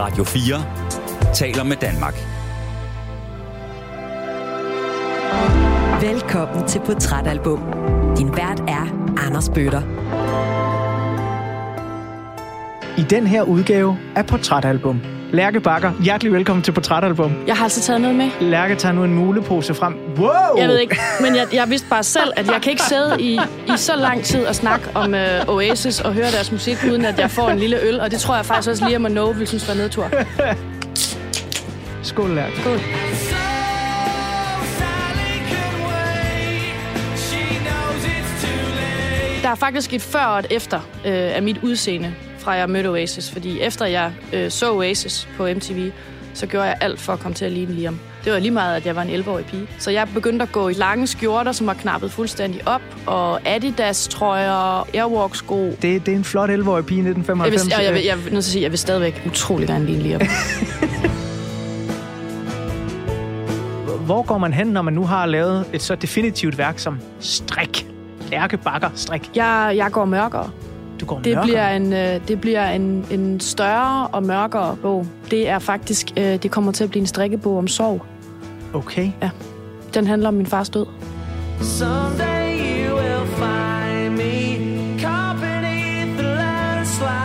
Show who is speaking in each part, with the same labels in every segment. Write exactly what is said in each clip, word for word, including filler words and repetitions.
Speaker 1: Radio fire taler med Danmark.
Speaker 2: Velkommen til Portrætalbum. Din vært er Anders Bøtter.
Speaker 3: I den her udgave af Portrætalbum. Lærke Bagger, hjertelig velkommen til Portrætalbum.
Speaker 4: Jeg har altså taget noget med.
Speaker 3: Lærke tager nu en mulepose frem. Wow!
Speaker 4: Jeg ved ikke, men jeg, jeg vidste bare selv, at jeg kan ikke sidde i, i så lang tid og snakke om uh, Oasis og høre deres musik, uden at jeg får en lille øl. Og det tror jeg faktisk også lige, at Mano vil synes var nedtur.
Speaker 3: Skål, Lærke.
Speaker 4: Skål. Der er faktisk et før og et efter øh, af mit udseende, fra jeg mødte Oasis. Fordi efter jeg øh, så Oasis på M T V, så gjorde jeg alt for at komme til at ligne Liam. Det var lige meget, at jeg var en elleve-årig pige. Så jeg begyndte at gå i lange skjorter, som var knappet fuldstændig op, og Adidas-trøjer, Airwalk-sko.
Speaker 3: Det, det er en flot elleve-årig pige i nitten femoghalvfems.
Speaker 4: Jeg vil, jeg, jeg, jeg, jeg, jeg, jeg, sige, jeg vil stadigvæk utrolig gerne ligne Liam.
Speaker 3: Hvor går man hen, når man nu har lavet et så definitivt værk som Strik? Lærke Bagger Strik.
Speaker 4: Jeg, jeg går mørkere.
Speaker 3: Du går
Speaker 4: det
Speaker 3: mørkere?
Speaker 4: Bliver en, det bliver en, en større og mørkere bog. Det er faktisk, det kommer til at blive en strikkebog om sorg.
Speaker 3: Okay.
Speaker 4: Ja. Den handler om min fars død.
Speaker 5: Someday you will find me caught beneath the landslide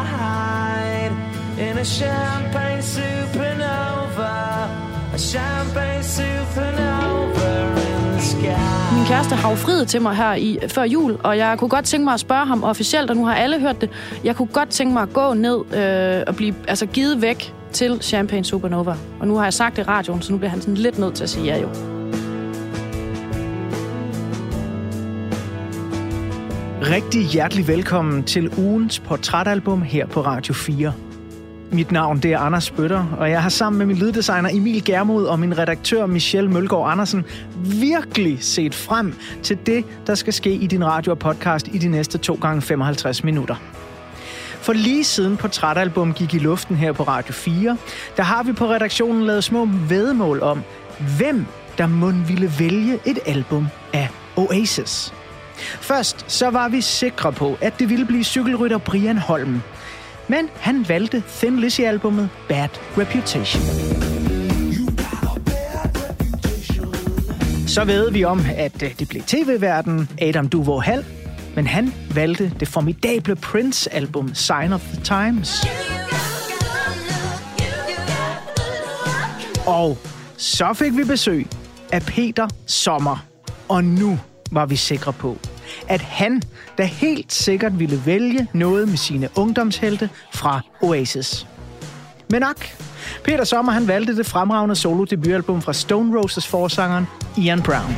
Speaker 5: in a champagne supernova, a champagne supernova in the sky.
Speaker 4: Min kæreste har jo friet til mig her i før jul, og jeg kunne godt tænke mig at spørge ham officielt, og nu har alle hørt det. Jeg kunne godt tænke mig at gå ned øh, og blive altså givet væk til Champagne Supernova. Og nu har jeg sagt det i radioen, så nu bliver han sådan lidt nødt til at sige ja jo.
Speaker 3: Rigtig hjertelig velkommen til ugens Portrætalbum her på Radio fire. Mit navn det er Anders Bøtter, og jeg har sammen med min lyddesigner Emil Germod og min redaktør Michelle Mølgaard Andersen virkelig set frem til det, der skal ske i din radio og podcast i de næste to gange femoghalvtreds minutter. For lige siden Portrætalbum gik i luften her på Radio fire, der har vi på redaktionen lavet små væddemål om, hvem der mon ville vælge et album af Oasis. Først så var vi sikre på, at det ville blive cykelrytter Brian Holm. Men han valgte Thin Lizzy-albummet Bad Reputation. Så ved vi om, at det blev tv-værten Adam Duvå Hall, men han valgte det formidable Prince-album Sign of the Times. Og så fik vi besøg af Peter Sommer, og nu var vi sikre på, at han da helt sikkert ville vælge noget med sine ungdomshelte fra Oasis. Men nok. Peter Sommer han valgte det fremragende solo-debutalbum fra Stone Roses forsangeren Ian Brown.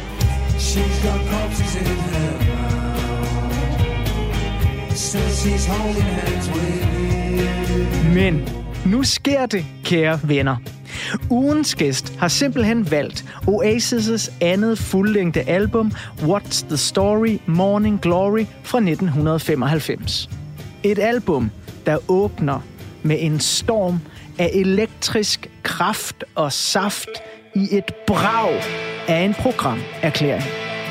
Speaker 3: Men nu sker det, kære venner. Ugens gæst har simpelthen valgt Oasis' andet fuldlængde album What's the Story? Morning Glory fra nitten femoghalvfems. Et album, der åbner med en storm af elektrisk kraft og saft i et brag af en programerklæring.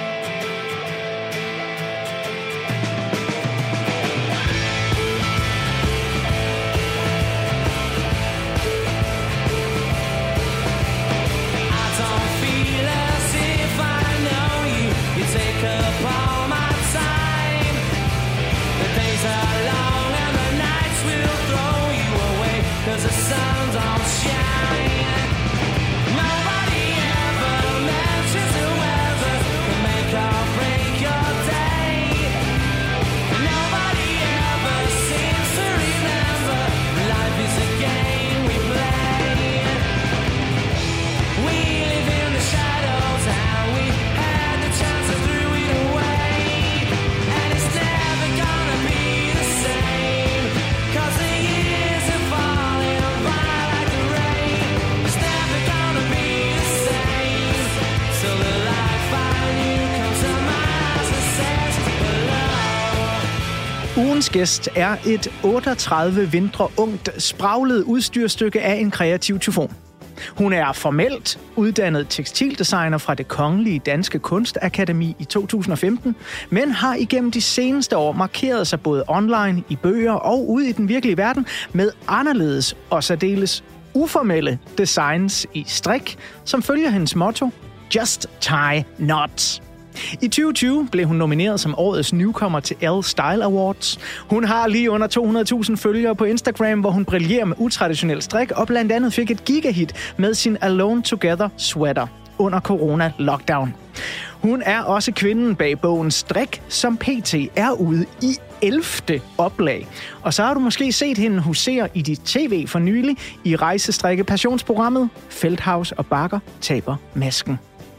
Speaker 3: Ugens gæst er et otteogtredive vintre ungt, spraglet udstyrstykke af en kreativ tyfon. Hun er formelt uddannet tekstildesigner fra Det Kongelige Danske Kunstakademi i to tusind og femten, men har igennem de seneste år markeret sig både online, i bøger og ude i den virkelige verden med anderledes og særdeles uformelle designs i strik, som følger hendes motto, Just Tie Knots. I tyve tyve blev hun nomineret som årets newcomer til Elle Style Awards. Hun har lige under to hundrede tusind følgere på Instagram, hvor hun brillerer med utraditionel strik og blandt andet fik et gigahit med sin Alone Together sweater under corona-lockdown. Hun er også kvinden bag bogen Strik, som pt. Er ude i ellevte oplag. Og så har du måske set hende husere i dit tv for nylig i rejsestrikke passionsprogrammet Feldhaus og Bakker taber masken.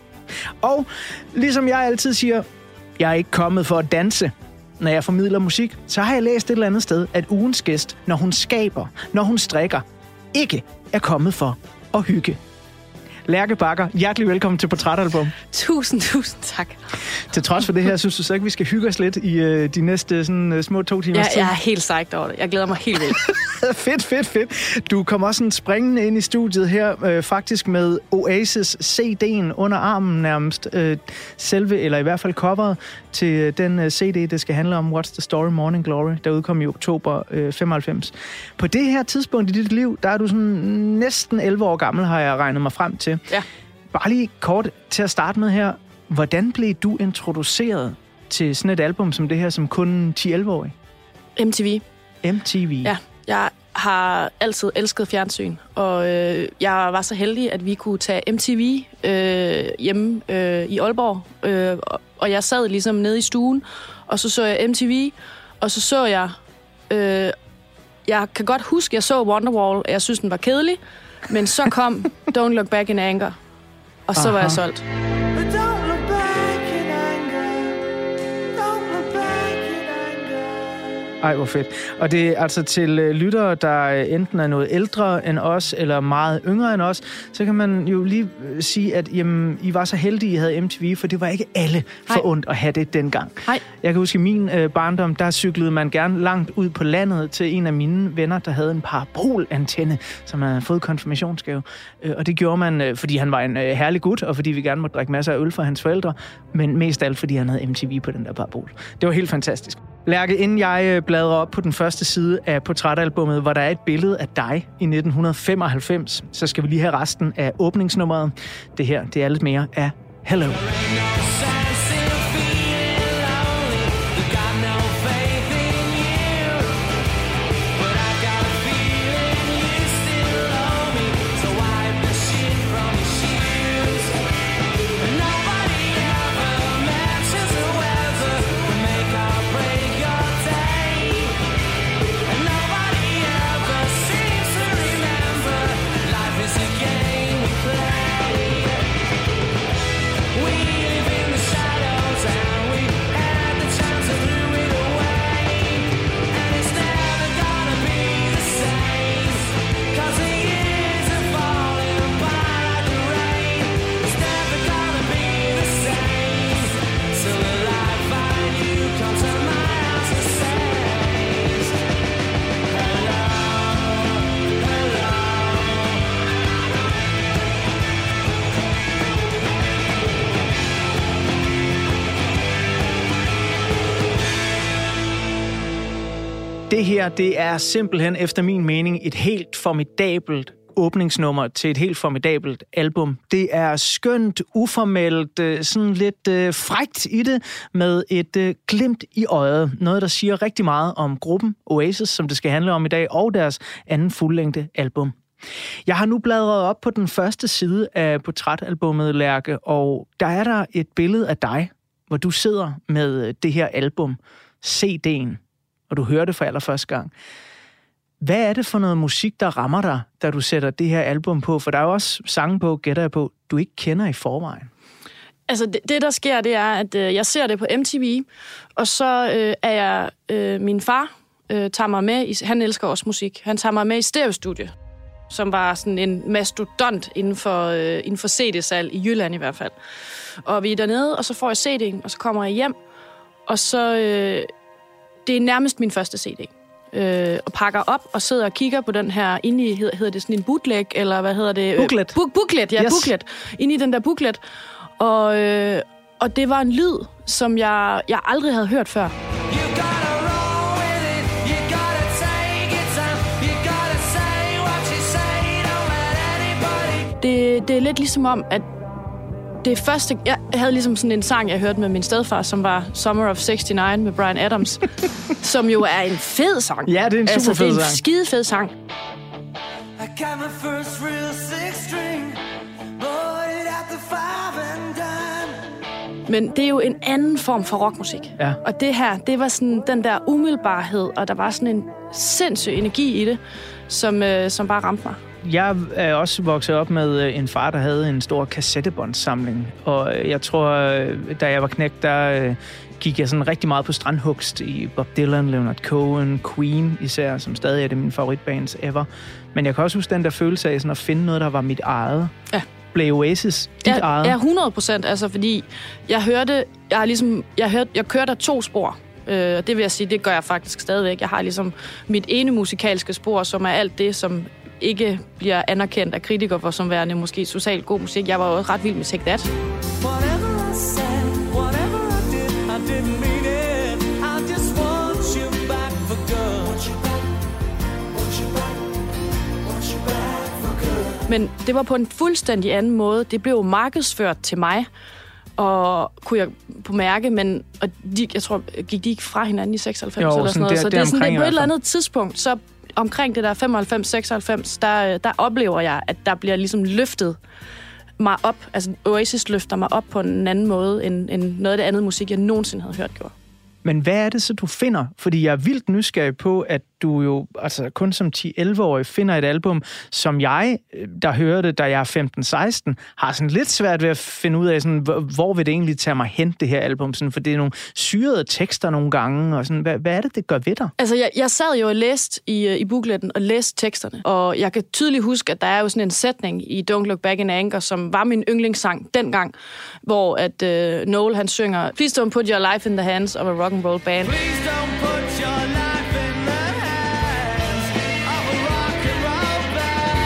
Speaker 3: Og ligesom jeg altid siger, jeg er ikke kommet for at danse. Når jeg formidler musik, så har jeg læst et eller andet sted, at ugens gæst, når hun skaber, når hun strikker, ikke er kommet for at hygge. Lærke Bagger, hjertelig velkommen til Portrætalbum.
Speaker 4: Tusind, tusind tak.
Speaker 3: Til trods for det her, synes du så ikke, vi skal hygge os lidt i øh, de næste sådan, øh, små to timers
Speaker 4: ja,
Speaker 3: tid?
Speaker 4: Jeg er helt psyched over det. Jeg glæder mig helt vildt.
Speaker 3: fedt, fedt, fedt. Du kom også sådan springende ind i studiet her, øh, faktisk med Oasis C D'en under armen nærmest. Øh, selve, eller i hvert fald coveret til øh, den øh, C D, det skal handle om What's the Story, Morning Glory, der udkom i oktober øh, femoghalvfems. På det her tidspunkt i dit liv, der er du sådan næsten elleve år gammel, har jeg regnet mig frem til.
Speaker 4: Ja.
Speaker 3: Bare lige kort til at starte med her. Hvordan blev du introduceret til sådan et album som det her, som kun ti til elleve-årig?
Speaker 4: M T V.
Speaker 3: M T V?
Speaker 4: Ja, jeg har altid elsket fjernsyn, og øh, jeg var så heldig, at vi kunne tage M T V øh, hjemme øh, i Aalborg, øh, og jeg sad ligesom nede i stuen, og så så jeg M T V, og så så jeg... Øh, jeg kan godt huske, at jeg så Wonderwall, og jeg synes, den var kedelig, men så kom Don't Look Back in Anger, og så Aha. var jeg solgt.
Speaker 3: Ej, hvor fedt. Og det er altså til øh, lyttere, der enten er noget ældre end os, eller meget yngre end os, så kan man jo lige øh, sige, at jamen, I var så heldige, I havde M T V, for det var ikke alle forundt at have det dengang.
Speaker 4: Hej.
Speaker 3: Jeg kan huske, i min øh, barndom, der cyklede man gerne langt ud på landet til en af mine venner, der havde en parabolantenne, som havde fået konfirmationsgave. Øh, og det gjorde man, øh, fordi han var en øh, herlig gut, og fordi vi gerne måtte drikke masser af øl for hans forældre, men mest alt, fordi han havde M T V på den der parabol. Det var helt fantastisk. Lærke, inden jeg bladrer op på den første side af portrætalbummet, hvor der er et billede af dig i nitten femoghalvfems, så skal vi lige have resten af åbningsnummeret. Det her, det er lidt mere af Hello. Det her, det er simpelthen efter min mening et helt formidabelt åbningsnummer til et helt formidabelt album. Det er skønt, uformelt, sådan lidt øh, frækt i det, med et øh, glimt i øjet. Noget, der siger rigtig meget om gruppen Oasis, som det skal handle om i dag, og deres anden fuldlængde album. Jeg har nu bladret op på den første side af portrætalbummet, Lærke, og der er der et billede af dig, hvor du sidder med det her album, C D'en, og du hører det for allerførste gang. Hvad er det for noget musik, der rammer dig, da du sætter det her album på? For der er jo også sange på, gætter jeg på, du ikke kender i forvejen.
Speaker 4: Altså det, det der sker, det er, at øh, jeg ser det på M T V, og så øh, er jeg, øh, min far øh, tager mig med, i, han elsker også musik, han tager mig med i stereostudie, som var sådan en mastodont inden for, øh, inden for C D-salg, i Jylland i hvert fald. Og vi er dernede, og så får jeg C D'en, og så kommer jeg hjem, og så, øh, det er nærmest min første C D. øh, og pakker op og sidder og kigger på den her, inde i, hedder det sådan en bootleg, eller hvad hedder det?
Speaker 3: Booklet.
Speaker 4: Bu- booklet, ja,
Speaker 3: Yes.
Speaker 4: booklet. Inde i den der booklet. Og, øh, og det var en lyd, som jeg, jeg aldrig havde hørt før. Det, det er lidt ligesom om, at det første... Jeg havde ligesom sådan en sang, jeg hørte med min stedfar, som var Summer of seksogtres med Bryan Adams, som jo er en fed sang.
Speaker 3: Ja, det er en super
Speaker 4: altså,
Speaker 3: fed
Speaker 4: det er en
Speaker 3: sang.
Speaker 4: skide fed sang.
Speaker 5: I got my first real six string, bought it at the five and dime.
Speaker 4: Men det er jo en anden form for rockmusik.
Speaker 3: Ja.
Speaker 4: Og det her, det var sådan den der umiddelbarhed, og der var sådan en sindssyg energi i det, som, øh, som bare ramte mig.
Speaker 3: Jeg er også vokset op med en far, der havde en stor kassettebåndssamling. Og jeg tror, da jeg var knægt, der gik jeg sådan rigtig meget på strandhugst i Bob Dylan, Leonard Cohen, Queen især, som stadig er det mine favoritbands ever. Men jeg kan også huske den der følelse af sådan at finde noget, der var mit eget.
Speaker 4: Ja.
Speaker 3: Blev Oasis dit
Speaker 4: Ja,
Speaker 3: eget?
Speaker 4: ja, hundrede procent. Altså, fordi jeg hørte, jeg har ligesom, jeg hørte, jeg kørte af to spor. Øh, det vil jeg sige, det gør jeg faktisk stadigvæk. Jeg har ligesom mit ene musikalske spor, som er alt det, som ikke bliver anerkendt af kritikere for som værende måske socialt god musik. Jeg var jo ret vild med Take That.
Speaker 5: Whatever I said, whatever I did, I didn't mean it. I just want you back for good. Want you back, want you back, want you back for good.
Speaker 4: Men det var på en fuldstændig anden måde. Det blev markedsført til mig, og kunne jeg på mærke, men og de, jeg tror, gik de ikke fra hinanden i seksoghalvfems
Speaker 3: Jo,
Speaker 4: eller sådan
Speaker 3: sådan
Speaker 4: noget.
Speaker 3: der-
Speaker 4: Så det er sådan,
Speaker 3: deromkring
Speaker 4: det er på
Speaker 3: i
Speaker 4: et eller
Speaker 3: hvert fald.
Speaker 4: andet tidspunkt, så omkring det der femoghalvfems seksoghalvfems, der, der oplever jeg, at der bliver ligesom løftet mig op. Altså Oasis løfter mig op på en anden måde, end, end noget af det andet musik, jeg nogensinde havde hørt gjort.
Speaker 3: Men hvad er det så, du finder? Fordi jeg er vildt nysgerrig på, at du jo altså kun som ti elleve-årig finder et album, som jeg, der hørte, da jeg er femten seksten, har sådan lidt svært ved at finde ud af, sådan, hvor vil det egentlig tage mig hen, det her album? Sådan, for det er nogle syrede tekster nogle gange, og sådan, hvad, hvad er det, det gør ved dig?
Speaker 4: Altså, jeg, jeg sad jo og læste i, i bookletten og læste teksterne, og jeg kan tydeligt huske, at der er jo sådan en sætning i Don't Look Back in Anger, som var min yndlingssang dengang, hvor at uh, Noel, han synger Please don't put your life in the hands of a rock and roll band.
Speaker 5: Please don't put your life in the hands of a rock and roll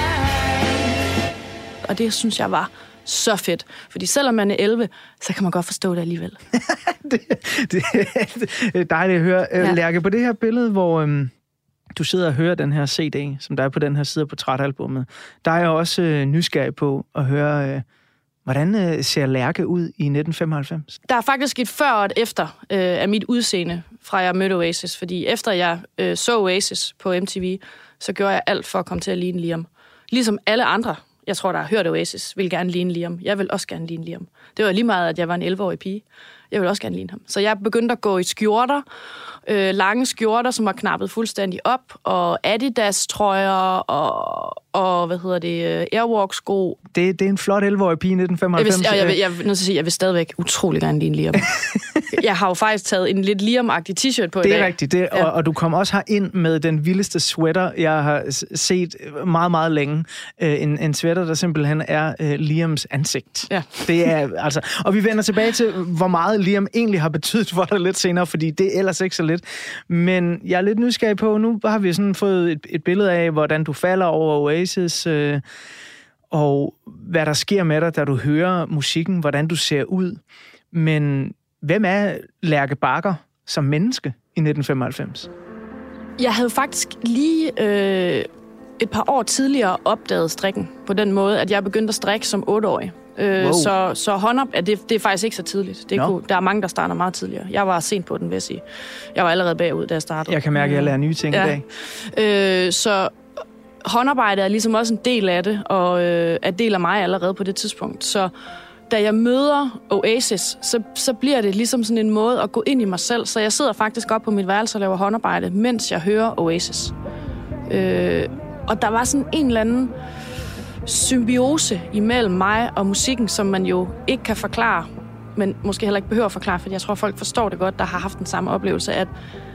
Speaker 5: band.
Speaker 4: Og det synes jeg var så fedt, fordi selvom man er elleve, så kan man godt forstå det alligevel.
Speaker 3: det, det, det er dejligt at høre.
Speaker 4: Ja.
Speaker 3: Lærke, på det her billede, hvor øhm, du sidder og hører den her C D, som der er på den her side af portrætalbummet, der er jeg også øh, nysgerrig på at høre, øh, hvordan øh, ser Lærke ud i nitten femoghalvfems?
Speaker 4: Der er faktisk et før og et efter øh, af mit udseende, fra jeg mødte Oasis, fordi efter jeg øh, så Oasis på M T V, så gjorde jeg alt for at komme til at ligne Liam. Ligesom alle andre, jeg tror, der har hørt Oasis, vil gerne ligne Liam. Jeg vil også gerne ligne Liam. Det var lige meget, at jeg var en elleve-årig pige. Jeg vil også gerne ligne ham. Så jeg begyndte at gå i skjorter, øh, lange skjorter, som var knappet fuldstændig op, og Adidas-trøjer, og, og hvad hedder det, Airwalk-sko.
Speaker 3: Det, det er en flot elleve-årig pige i nitten femoghalvfems.
Speaker 4: Jeg vil, jeg, jeg, vil, jeg, vil, nødt til at sige, jeg vil stadigvæk utrolig gerne ligne Liam. Jeg har jo faktisk taget en lidt Liam-agtig t-shirt på i
Speaker 3: Det
Speaker 4: dag.
Speaker 3: er rigtigt, det,
Speaker 4: Ja.
Speaker 3: og, og du kom også her ind med den vildeste sweater, jeg har s- set meget, meget længe. Øh, en, en sweater, der simpelthen er øh, Liams ansigt.
Speaker 4: Ja.
Speaker 3: Det er, altså, og vi vender tilbage til, hvor meget Liam egentlig har betydet for dig lidt senere, fordi det er ellers ikke så lidt. Men jeg er lidt nysgerrig på, nu har vi sådan fået et, et billede af, hvordan du falder over Oasis, øh, og hvad der sker med dig, da du hører musikken, hvordan du ser ud. Men hvem er Lærke Bagger som menneske i nitten femoghalvfems?
Speaker 4: Jeg havde faktisk lige øh, et par år tidligere opdaget strikken på den måde, at jeg begyndte at strikke som otteårig. Øh,
Speaker 3: Wow.
Speaker 4: Så, så håndop, ja, det, det er faktisk ikke så tidligt. Det
Speaker 3: Nå.
Speaker 4: kunne, der er mange, der starter meget tidligere. Jeg var sent på den, vil jeg sige. Jeg var allerede bagud, da jeg startede.
Speaker 3: Jeg kan mærke, at jeg lærer nye ting
Speaker 4: Ja.
Speaker 3: i dag.
Speaker 4: Øh, så håndarbejde er ligesom også en del af det, og øh, er del af mig allerede på det tidspunkt. Så da jeg møder Oasis, så, så bliver det ligesom sådan en måde at gå ind i mig selv. Så jeg sidder faktisk op på mit værelse og laver håndarbejde, mens jeg hører Oasis. Øh, og der var sådan en eller anden symbiose imellem mig og musikken, som man jo ikke kan forklare, men måske heller ikke behøver at forklare, for jeg tror, folk forstår det godt, der har haft den samme oplevelse, at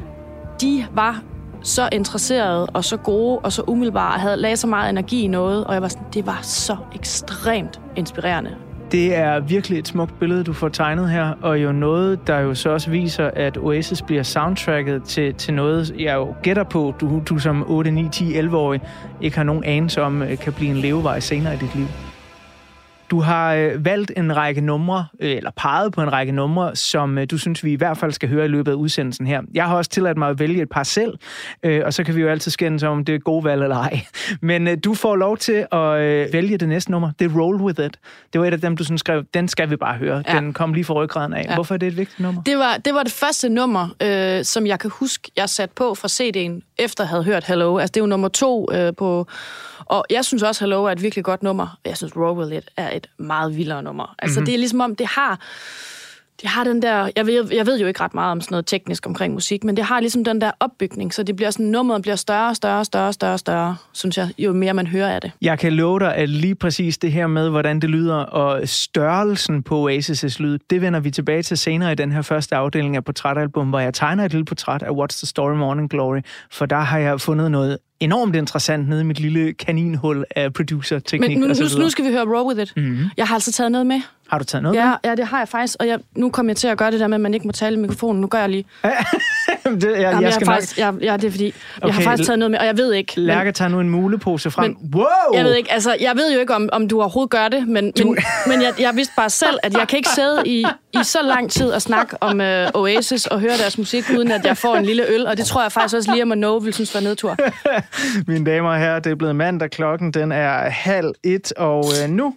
Speaker 4: de var så interesserede og så gode og så umiddelbare og havde lagde så meget energi i noget, og jeg var sådan, det var så ekstremt inspirerende.
Speaker 3: Det er virkelig et smukt billede, du får tegnet her, og jo noget, der jo så også viser, at Oasis bliver soundtracket til, til noget, jeg jo gætter på, du, du som otte, ni, ti, elleve-årig ikke har nogen anelse om, kan blive en levevej senere i dit liv. Du har øh, valgt en række numre, øh, eller peget på en række numre, som øh, du synes, vi i hvert fald skal høre i løbet af udsendelsen her. Jeg har også tilladt mig at vælge et par selv, øh, og så kan vi jo altid skændes om, det er gode valg eller ej. Men øh, du får lov til at øh, vælge det næste nummer. Det er Roll With It. Det var et af dem, du sådan skrev, den skal vi bare høre. Ja. Den kom lige fra ryggraden af. Ja. Hvorfor er det et vigtigt nummer?
Speaker 4: Det var det, var det første nummer, øh, som jeg kan huske, jeg satte på fra C D'en, efter jeg havde hørt Hello. Altså, det er jo nummer to øh, på... Og jeg synes også, Hello er et virkelig godt nummer. Jeg synes, Roll With It er et meget vildere nummer. Altså, mm-hmm. det er ligesom om, det har... Det har den der... Jeg ved, jeg ved jo ikke ret meget om sådan noget teknisk omkring musik, men det har ligesom den der opbygning, så det bliver sådan, nummeret bliver større, større, større, større, større, synes jeg, jo mere man hører af det. Jeg
Speaker 3: kan love dig, at lige præcis det her med, hvordan det lyder, og størrelsen på Oasis' lyd, det vender vi tilbage til senere i den her første afdeling af portrætalbum, hvor jeg tegner et lille portræt af What's the Story Morning Glory, for der har jeg fundet noget enormt interessant nede i mit lille kaninhul af producer-teknik.
Speaker 4: Men nu, nu, nu skal vi høre Roll With It. Mm-hmm. Jeg har altså taget noget med.
Speaker 3: Har du taget noget
Speaker 4: ja,
Speaker 3: med?
Speaker 4: Ja, det har jeg faktisk. Og jeg, nu kommer jeg til at gøre det der med, at man ikke må tale i mikrofonen. Nu gør jeg lige.
Speaker 3: det, jeg,
Speaker 4: Jamen,
Speaker 3: jeg skal
Speaker 4: jeg faktisk,
Speaker 3: nok...
Speaker 4: jeg, ja, det er fordi,
Speaker 3: okay.
Speaker 4: jeg har faktisk taget noget med, og jeg ved ikke...
Speaker 3: Lærke men... tager nu en mulepose frem.
Speaker 4: Men,
Speaker 3: wow!
Speaker 4: Jeg ved ikke, altså, jeg ved jo ikke, om, om du overhovedet gør det, men, du... men, men jeg, jeg vidste bare selv, at jeg kan ikke sidde i, i så lang tid og snakke om uh, Oasis og høre deres musik, uden at jeg får en lille øl, og det tror jeg faktisk også lige, at man know, vil synes var nedtur.
Speaker 3: Mine damer og herrer, det er blevet mandag, klokken den er halv et, og øh, nu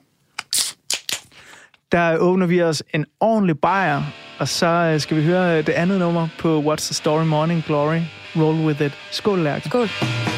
Speaker 3: der åbner vi os en ordentlig bajer, og så øh, skal vi høre det andet nummer på What's the Story Morning Glory, Roll With It. Skål, Lærke.
Speaker 4: Skål.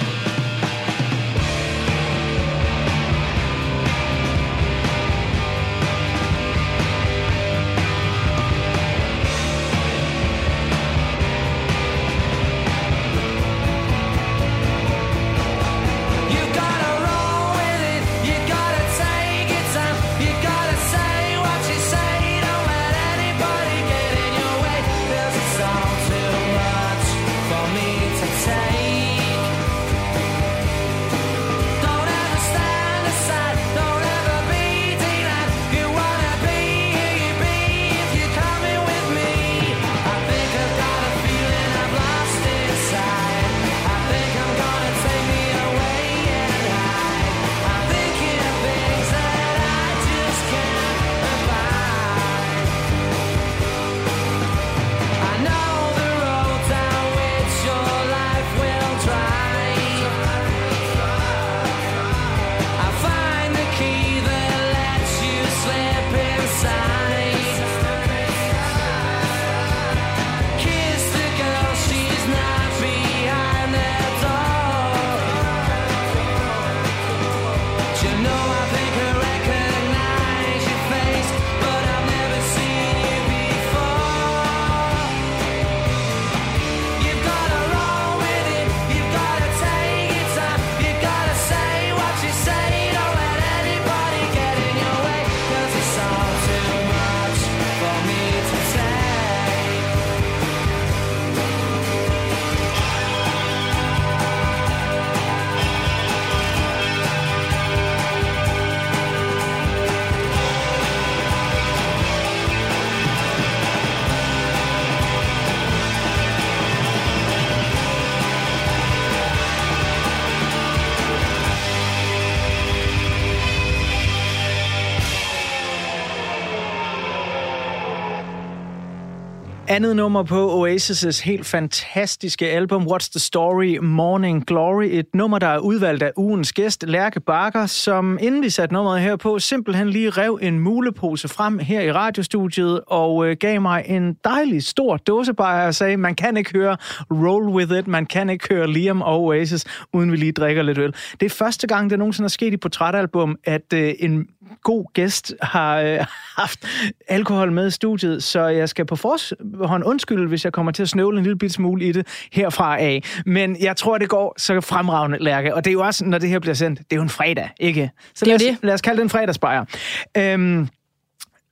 Speaker 3: Andet nummer på Oasis' helt fantastiske album What's the Story Morning Glory. Et nummer, der er udvalgt af ugens gæst, Lærke Bagger, som inden vi satte nummeret her på, simpelthen lige rev en mulepose frem her i radiostudiet og øh, gav mig en dejlig stor dåsebajer og sagde, man kan ikke høre Roll With It, man kan ikke høre Liam og Oasis, uden vi lige drikker lidt øl. Det er første gang, det nogensinde er sket i portrætalbum, at øh, en god gæst har øh, haft alkohol med i studiet, så jeg skal på forhånd undskylde, hvis jeg kommer til at snøvle en lille bit smule i det herfra af. Men jeg tror, det går så fremragende, Lærke. Og det er jo også, når det her bliver sendt, det er jo en fredag, ikke? Så
Speaker 4: det er
Speaker 3: lad, os,
Speaker 4: det.
Speaker 3: lad os kalde det en fredagsbajer. Øhm,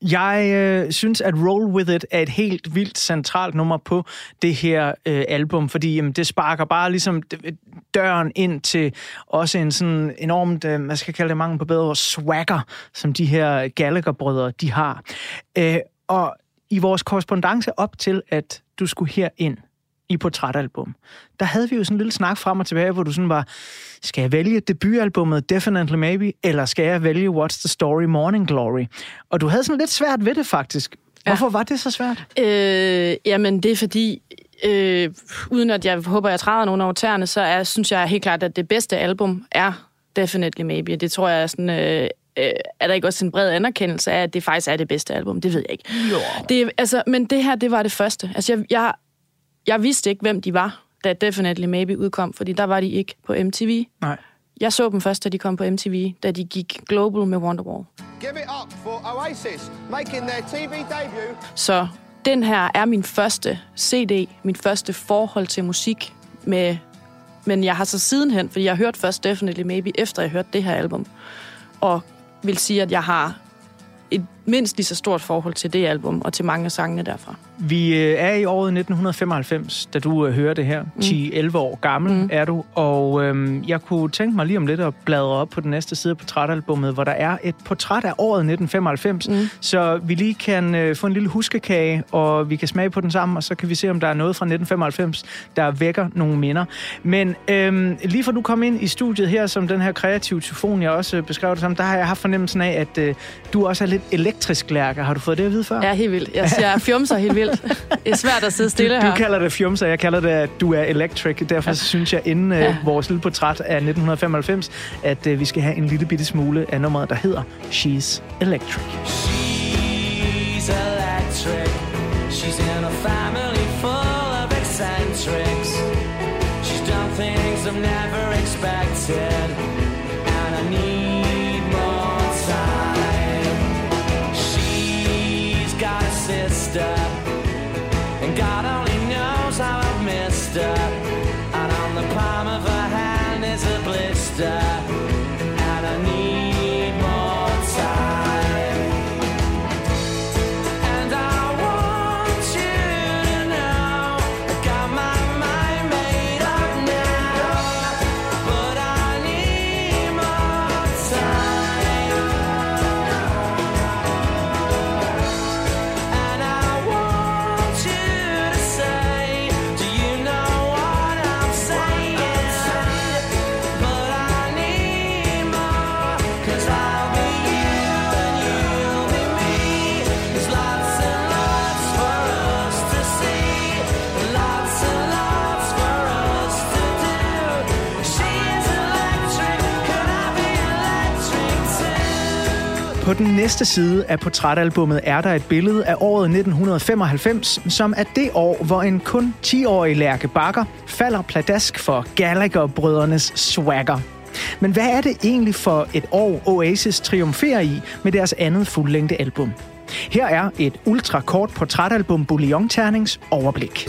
Speaker 3: Jeg øh, synes, at Roll With It er et helt vildt centralt nummer på det her øh, album, fordi jamen, det sparker bare ligesom døren ind til også en sådan enormt, øh, hvad skal jeg kalde det, mangel på bedre swagger, som de her Gallagher-brødre, de har. Øh, og i vores korrespondance op til, at du skulle herind i portrætalbum, der havde vi jo sådan en lille snak frem og tilbage, hvor du sådan var, skal jeg vælge debutalbummet Definitely Maybe, eller skal jeg vælge What's the Story, Morning Glory? Og du havde sådan lidt svært ved det, faktisk. Hvorfor ja. var det så svært?
Speaker 4: Øh, jamen, det er fordi, øh, uden at jeg håber, jeg træder nogen over tæerne, så er, synes jeg helt klart, at det bedste album er Definitely Maybe. Det tror jeg er sådan... Øh, øh, er der ikke også en bred anerkendelse af, at det faktisk er det bedste album? Det ved jeg ikke.
Speaker 3: Jo.
Speaker 4: Det, altså, men det her, det var det første. Altså, jeg... jeg Jeg vidste ikke, hvem de var, da Definitely Maybe udkom, fordi der var de ikke på M T V.
Speaker 3: Nej.
Speaker 4: Jeg så dem først, da de kom på M T V, da de gik global med Wonderwall.
Speaker 6: Give it up for Oasis, making their T V debut.
Speaker 4: Så den her er min første C D, min første forhold til musik. Med, men jeg har så sidenhen, fordi jeg hørte først Definitely Maybe, efter jeg hørte det her album. Og vil sige, at jeg har et mindst lige så stort forhold til det album, og til mange af sangene derfra.
Speaker 3: Vi er i året nitten femoghalvfems, da du hører det her. ti til elleve år gammel mm. er du, og øhm, jeg kunne tænke mig lige om lidt at bladre op på den næste side af portrætalbummet, hvor der er et portræt af året nitten femoghalvfems, mm. så vi lige kan øh, få en lille huskekage, og vi kan smage på den sammen, og så kan vi se, om der er noget fra nitten femoghalvfems, der vækker nogle minder. Men øhm, lige for du kom ind i studiet her, som den her kreative tyfon, jeg også beskrev det som, der har jeg haft fornemmelsen af, at øh, du også er lidt elektrisk lærker. Har du fået det at vide før?
Speaker 4: Ja, helt vildt. Jeg, jeg fjumser helt vildt. Det er svært at sidde stille
Speaker 3: du,
Speaker 4: her.
Speaker 3: Du kalder det fjumser, jeg kalder det, at du er electric. Derfor ja. synes jeg, inden ja. uh, vores lille portræt af nitten femoghalvfems, at uh, vi skal have en lille bitte smule af nummeret, der hedder She's Electric.
Speaker 5: She's electric. She's in a family full of eccentrics. She's done things I've never expected. And I need more time. She's got a sister. And God only knows how I've missed her. And on the palm of her hand is a blister. And I need more time. And I want you to know I got my mind made up now. But I need more time. And I want you to say, do you know what I'm saying? But I need more, 'cause I'll be you and you'll be me. There's lots and lots for us to see, lots and lots for us to do. She's electric, could I be electric too?
Speaker 3: På den næste side af portrætalbummet er der et billede af året nitten femoghalvfems, som er det år, hvor en kun ti-årig Lærke Bagger falder pladask for Gallagher-brødrenes swagger. Men hvad er det egentlig for et år, Oasis triumferer i med deres andet fuldlængde album? Her er et ultrakort portrætalbum Bouillon-ternings overblik.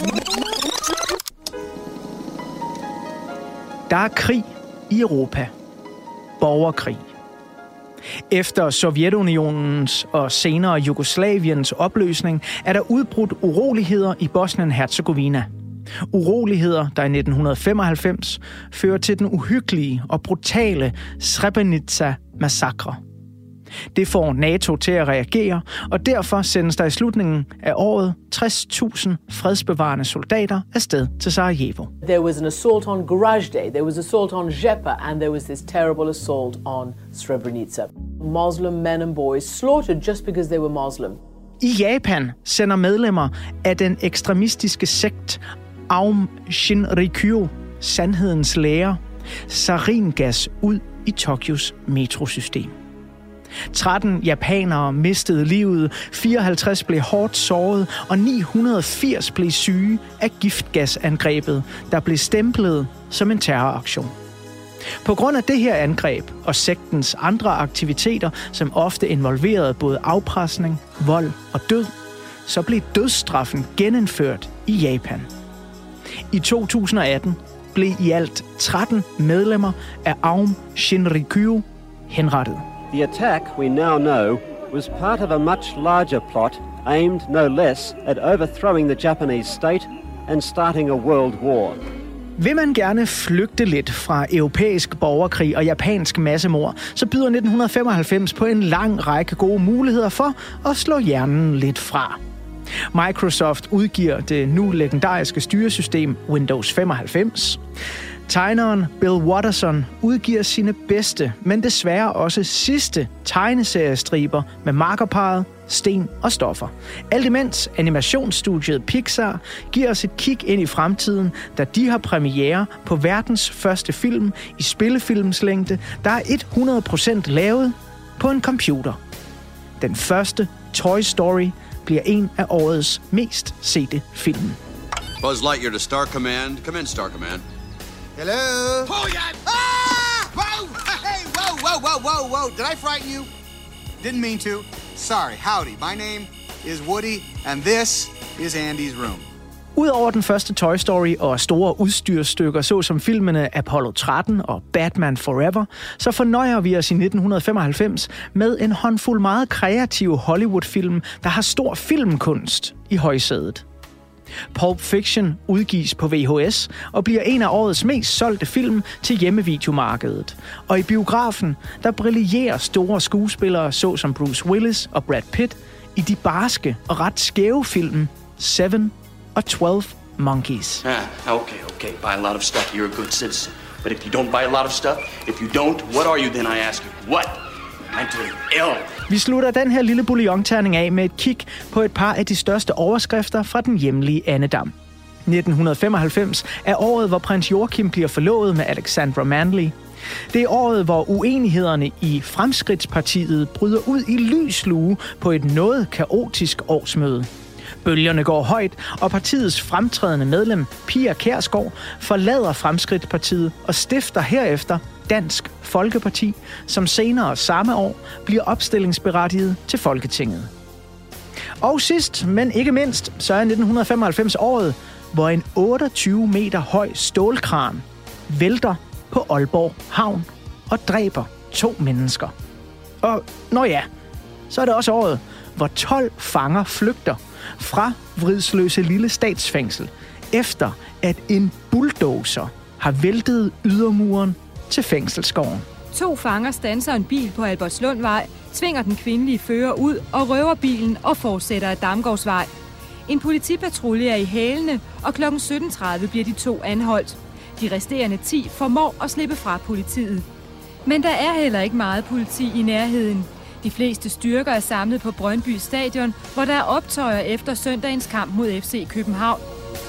Speaker 3: Der er krig i Europa. Borgerkrig. Efter Sovjetunionens og senere Jugoslaviens opløsning er der udbrudt uroligheder i Bosnien-Herzegovina. Uroligheder, der i nitten femoghalvfems fører til den uhyggelige og brutale Srebrenica-massakre. Det får NATO til at reagere, og derfor sendes der i slutningen af året tres tusind fredsbevarende soldater afsted til Sarajevo.
Speaker 7: There was an assault on Goražde, there was assault on Žepa, and there was this terrible assault on Srebrenica. Muslim men and boys slaughtered just because they were Muslim.
Speaker 3: I Japan sender medlemmer af den ekstremistiske sekt Aum Shinrikyo, sandhedens lærer, saringas ud i Tokyos metrosystem. tretten japanere mistede livet, fireoghalvtreds blev hårdt såret, og ni hundrede og firs blev syge af giftgasangrebet, der blev stemplet som en terroraktion. På grund af det her angreb og sektens andre aktiviteter, som ofte involverede både afpresning, vold og død, så blev dødsstraffen genindført i Japan. I to tusind og atten blev i alt tretten medlemmer af Aum Shinrikyo henrettet.
Speaker 8: The attack, we now know, was part of a much larger plot aimed no less at overthrowing the Japanese state and starting a world war.
Speaker 3: Vil man gerne flygte lidt fra europæisk borgerkrig og japansk massemord, så byder nitten femoghalvfems på en lang række gode muligheder for at slå hjernen lidt fra. Microsoft udgiver det nu legendariske styresystem Windows femoghalvfems. Tegneren Bill Watterson udgiver sine bedste, men desværre også sidste tegneseriestriber med makkerparret Sten og Stoffer. Alt imens animationsstudiet Pixar giver os et kig ind i fremtiden, da de har premiere på verdens første film i spillefilmslængde, der er hundrede procent lavet på en computer. Den første Toy Story bliver en af årets mest sete film.
Speaker 9: Buzz Lightyear to Star Command. Come in, Star Command.
Speaker 6: Hello? Oh, yeah! Ah! Whoa! Hey, whoa, whoa, whoa, whoa, whoa! Did I frighten you? Didn't mean to. Sorry. Howdy. My name is Woody, and this is Andy's room.
Speaker 3: Udover den første Toy Story og store udstyrstykker, såsom filmene Apollo tretten og Batman Forever, så fornøjer vi os i nitten femoghalvfems med en håndfuld meget kreative Hollywood-film, der har stor filmkunst i højsædet. Pulp Fiction udgives på V H S og bliver en af årets mest solgte film til hjemmevideomarkedet. Og i biografen, der brillerer store skuespillere såsom Bruce Willis og Brad Pitt i de barske og ret skæve film Seven og twelve Monkeys.
Speaker 10: Ah, okay, okay. Buy a lot of stuff, you're a good citizen. But if you don't buy a lot of stuff, if you don't, what are you then, I ask you? What? Mentally ill.
Speaker 3: Vi slutter den her lille bouillonterning af med et kig på et par af de største overskrifter fra den hjemlige Annedam. nitten femoghalvfems er året, hvor prins Joachim bliver forlovet med Alexandra Manley. Det er året, hvor uenighederne i Fremskridtspartiet bryder ud i lys lue på et noget kaotisk årsmøde. Bølgerne går højt, og partiets fremtrædende medlem, Pia Kjærsgaard, forlader Fremskridtspartiet og stifter herefter Dansk Folkeparti, som senere samme år bliver opstillingsberettiget til Folketinget. Og sidst, men ikke mindst, så er nitten femoghalvfems året, hvor en otteogtyve meter høj stålkran vælter på Aalborg Havn og dræber to mennesker. Og nå ja, så er det også året, hvor tolv fanger flygter fra Vridsløse Lille Statsfængsel, efter at en bulldozer har væltet ydermuren til fængselsgården.
Speaker 11: To fanger standser en bil på Albertslundvej, tvinger den kvindelige fører ud og røver bilen og fortsætter ad Damgårdsvej. En politipatrulje er i hælene, og klokken sytten tredive bliver de to anholdt. De resterende ti formår at slippe fra politiet. Men der er heller ikke meget politi i nærheden. De fleste styrker er samlet på Brøndby Stadion, hvor der er optøjer efter søndagens kamp mod F C København.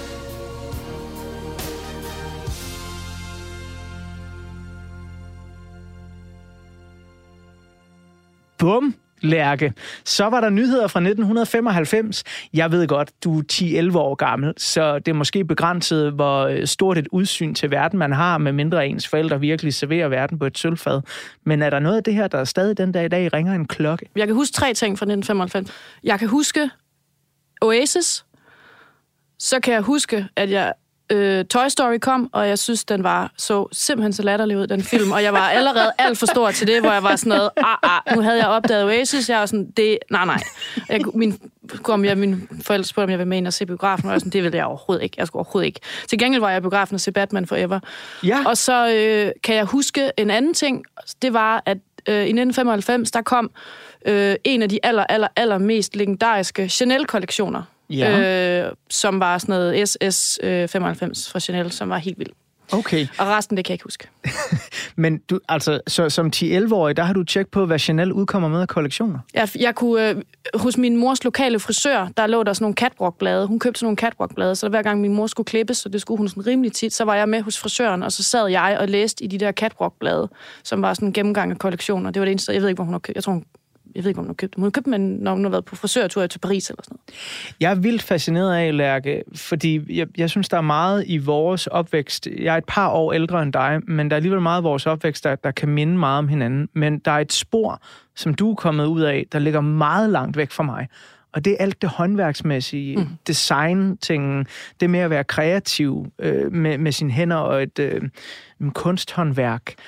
Speaker 3: Bum, Lærke. Så var der nyheder fra nitten femoghalvfems. Jeg ved godt, du er ti til elleve år gammel, så det er måske begrænset, hvor stort et udsyn til verden man har, med mindre ens forældre virkelig serverer verden på et sølvfad. Men er der noget af det her, der stadig den dag i dag ringer en klokke?
Speaker 4: Jeg kan huske tre ting fra nitten femoghalvfems. Jeg kan huske Oasis. Så kan jeg huske, at jeg øh, Toy Story kom, og jeg synes, den var så simpelthen så latterlig ud, den film. Og jeg var allerede alt for stor til det, hvor jeg var sådan noget, ah, ah, nu havde jeg opdaget Oasis, jeg var sådan, det, nej, nej. Jeg, min, kom, jeg, mine forældre spurgte, om jeg ville med ind og se biografen, og jeg var sådan, det ville jeg overhovedet ikke. Jeg skulle overhovedet ikke. Til gengæld var jeg i biografen og se Batman Forever.
Speaker 3: Ja.
Speaker 4: Og så øh, kan jeg huske en anden ting, det var, at øh, i nitten femoghalvfems, der kom øh, en af de aller, aller, aller mest legendariske Chanel-kollektioner. Ja. Øh, som var sådan noget S S femoghalvfems fra Chanel, som var helt vild.
Speaker 3: Okay.
Speaker 4: Og resten, det kan jeg ikke huske.
Speaker 3: Men du, altså, så, som ti til elleve-årig, der har du tjekket på, hvad Chanel udkommer med af kollektioner?
Speaker 4: Jeg, jeg kunne, øh, hos min mors lokale frisør, der lå der sådan nogle catwalk-blade. Hun købte sådan nogle catwalk-blade, så hver gang min mor skulle klippes, og det skulle hun sådan rimelig tit, så var jeg med hos frisøren, og så sad jeg og læste i de der catwalk-blade, som var sådan en gennemgang af kollektioner. Det var det eneste, jeg ved ikke, hvor hun har købt. Jeg tror, hun Jeg ved ikke, om hun har købt dem. Hun har købt dem, når hun har været på frisørtur til Paris eller sådan noget.
Speaker 3: Jeg er vildt fascineret af, Lærke, fordi jeg, jeg synes, der er meget i vores opvækst. Jeg er et par år ældre end dig, men der er alligevel meget i vores opvækst, der, der kan minde meget om hinanden. Men der er et spor, som du er kommet ud af, der ligger meget langt væk fra mig. Og det er alt det håndværksmæssige, mm. design-tingen, det med at være kreativ øh, med, med sine hænder og et øh, kunsthåndværk.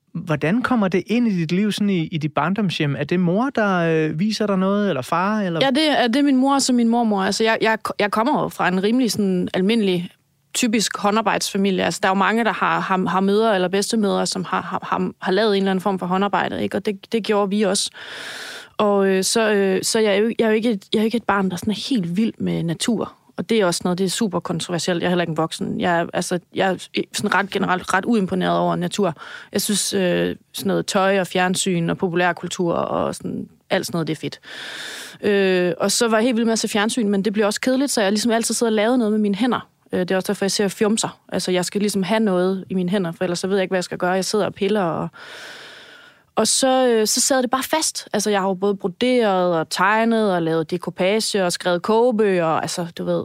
Speaker 3: Hvordan kommer det ind i dit liv, sådan i, i dit barndomshjem? Er det mor, der øh, viser dig noget, eller far? Eller?
Speaker 4: Ja, det er, det er min mor og så min mormor. Altså, jeg, jeg, jeg kommer jo fra en rimelig sådan, almindelig, typisk håndarbejdsfamilie. Altså, der er jo mange, der har, har, har mødre eller bedstemødre, som har, har, har lavet en eller anden form for håndarbejde, ikke? Og det, det gjorde vi også. Og øh, så, øh, så jeg, er jo, jeg, er jo ikke et, jeg er jo ikke et barn, der sådan er helt vild med natur. Og det er også noget, det er super kontroversielt. Jeg er heller ikke en voksen. Jeg, altså, jeg er sådan ret generelt ret uimponeret over natur. Jeg synes, øh, sådan noget tøj og fjernsyn og populærkultur og sådan, alt sådan noget, det er fedt. Øh, og så var jeg helt vild med at se fjernsyn, men det blev også kedeligt, så jeg ligesom altid sidder og lavede noget med mine hænder. Øh, det er også derfor, jeg ser fjumser. Altså, jeg skal ligesom have noget i mine hænder, for ellers så ved jeg ikke, hvad jeg skal gøre. Jeg sidder og piller og... Og så, øh, så sad det bare fast. Altså, jeg har jo både broderet og tegnet og lavet dekoupage og skrevet kogebøger. Altså, du ved,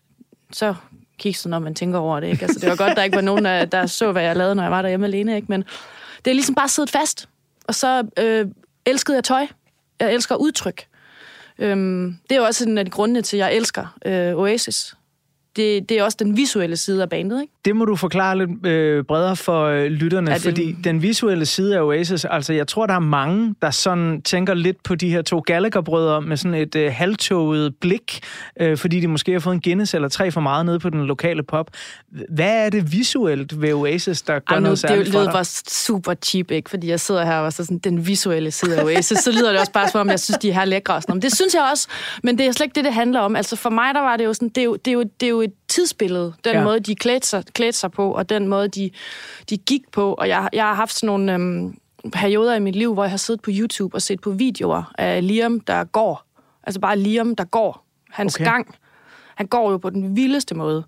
Speaker 4: så kigger når man tænker over det, ikke? Altså, det var godt, der ikke var nogen, der, der så, hvad jeg lavede, når jeg var derhjemme alene, ikke? Men det er ligesom bare siddet fast. Og så øh, elskede jeg tøj. Jeg elsker udtryk. Øhm, det er jo også en af de grunde til, at jeg elsker øh, Oasis. Det, det er også den visuelle side af bandet, ikke?
Speaker 3: Det må du forklare lidt øh, bredere for øh, lytterne, det... fordi den visuelle side af Oasis, altså jeg tror, der er mange, der sådan tænker lidt på de her to Gallagher-brødre med sådan et øh, halvtoget blik, øh, fordi de måske har fået en Guinness eller tre for meget nede på den lokale pop. Hvad er det visuelt ved Oasis, der gør Ej, nu, noget særligt for dig?
Speaker 4: Det lyder bare super cheap, ikke? Fordi jeg sidder her og så sådan, den visuelle side af Oasis, så lyder det også bare som om, jeg synes, de er her lækre og sådan noget. Det synes jeg også, men det er slet ikke det, det handler om. Altså for mig, der var det jo sådan, det er jo, det er jo, det er jo et tidsbillede, den ja. måde, de klædte sig, klædte sig på, og den måde, de, de gik på. Og jeg, jeg har haft sådan nogle øhm, perioder i mit liv, hvor jeg har siddet på YouTube og set på videoer af Liam, der går. Altså bare Liam, der går. Hans okay. gang. Han går jo på den vildeste måde.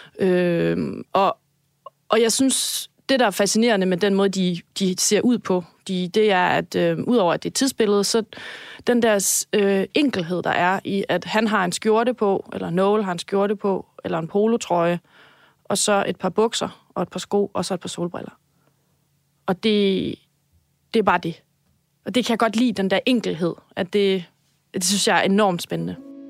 Speaker 4: Øhm, og, og jeg synes, det der er fascinerende med den måde, de, de ser ud på, de, det er, at øh, udover at det er tidsbillede, så den der øh, enkelhed, der er i, at han har en skjorte på, eller Noel har en skjorte på, eller en polotrøje, og så et par bukser, og et par sko, og så et par solbriller. Og det, det er bare det. Og det kan jeg godt lide, den der enkelhed, at det, det synes jeg er enormt spændende.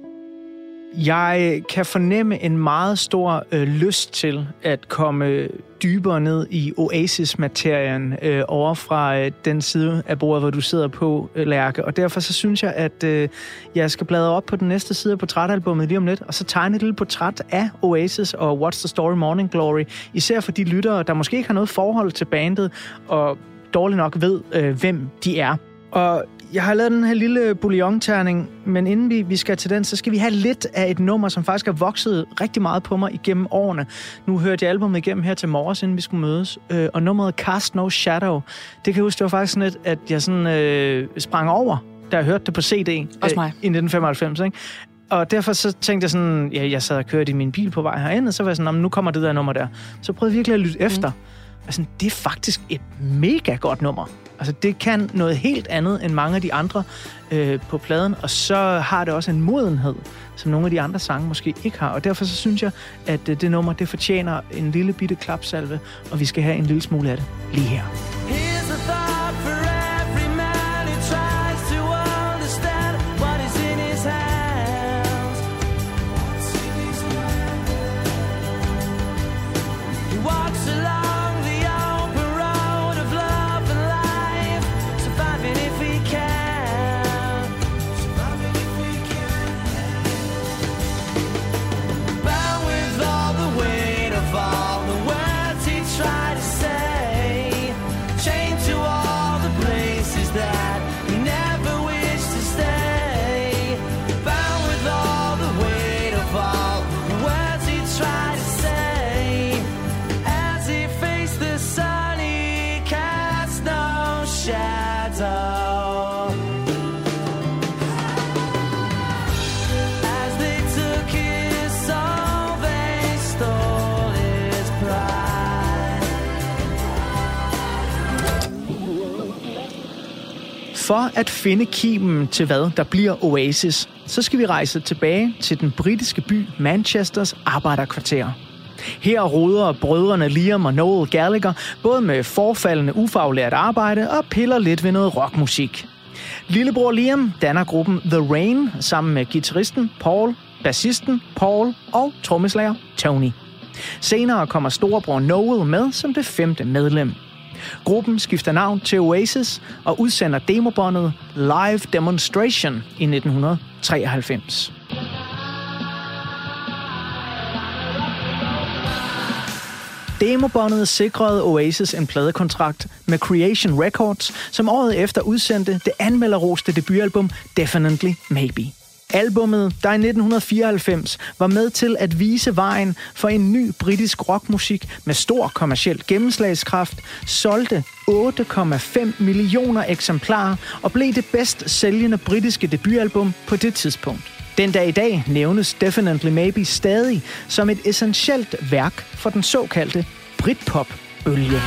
Speaker 3: Jeg kan fornemme en meget stor øh, lyst til at komme dybere ned i Oasis-materien øh, over fra øh, den side af bordet, hvor du sidder på, øh, Lærke. Og derfor så synes jeg, at øh, jeg skal bladre op på den næste side af portrætalbummet lige om lidt, og så tegne et lille portræt af Oasis og What's the Story Morning Glory. Især for de lyttere, der måske ikke har noget forhold til bandet, og dårligt nok ved, øh, hvem de er. Og jeg har lavet den her lille bouillon-terning, men inden vi, vi skal til den, så skal vi have lidt af et nummer, som faktisk har vokset rigtig meget på mig igennem årene. Nu hørte jeg albumet igennem her til morges, inden vi skulle mødes, øh, og nummeret Cast No Shadow, det kan jeg huske, det var faktisk sådan lidt, at jeg sådan øh, sprang over, da jeg hørte det på C D
Speaker 4: øh,
Speaker 3: i nitten femoghalvfems, ikke? Og derfor så tænkte jeg sådan, ja, jeg sad og kørte i min bil på vej herind, og så var jeg sådan, nu kommer det der nummer der. Så prøvede jeg virkelig at lytte mm. efter. Altså, det er faktisk et mega godt nummer. Altså, det kan noget helt andet end mange af de andre øh, på pladen, og så har det også en modenhed, som nogle af de andre sange måske ikke har. Og derfor så synes jeg, at øh, det nummer, det fortjener en lille bitte klapsalve, og vi skal have en lille smule af det lige her. For at finde kimen til hvad der bliver Oasis, så skal vi rejse tilbage til den britiske by Manchesters arbejderkvarter. Her roder brødrene Liam og Noel Gallagher både med forfaldende ufaglært arbejde og piller lidt ved noget rockmusik. Lillebror Liam danner gruppen The Rain sammen med guitaristen Paul, bassisten Paul og trommeslager Tony. Senere kommer storebror Noel med som det femte medlem. Gruppen skifter navn til Oasis og udsender demobåndet Live Demonstration i nitten treoghalvfems. Demobåndet sikrede Oasis en pladekontrakt med Creation Records, som året efter udsendte det anmelderroste debutalbum Definitely Maybe. Albummet, der i nitten fireoghalvfems var med til at vise vejen for en ny britisk rockmusik med stor kommerciel gennemslagskraft, solgte otte komma fem millioner eksemplarer og blev det bedst sælgende britiske debutalbum på det tidspunkt. Den dag i dag nævnes Definitely Maybe stadig som et essentielt værk for den såkaldte Britpop-bølge.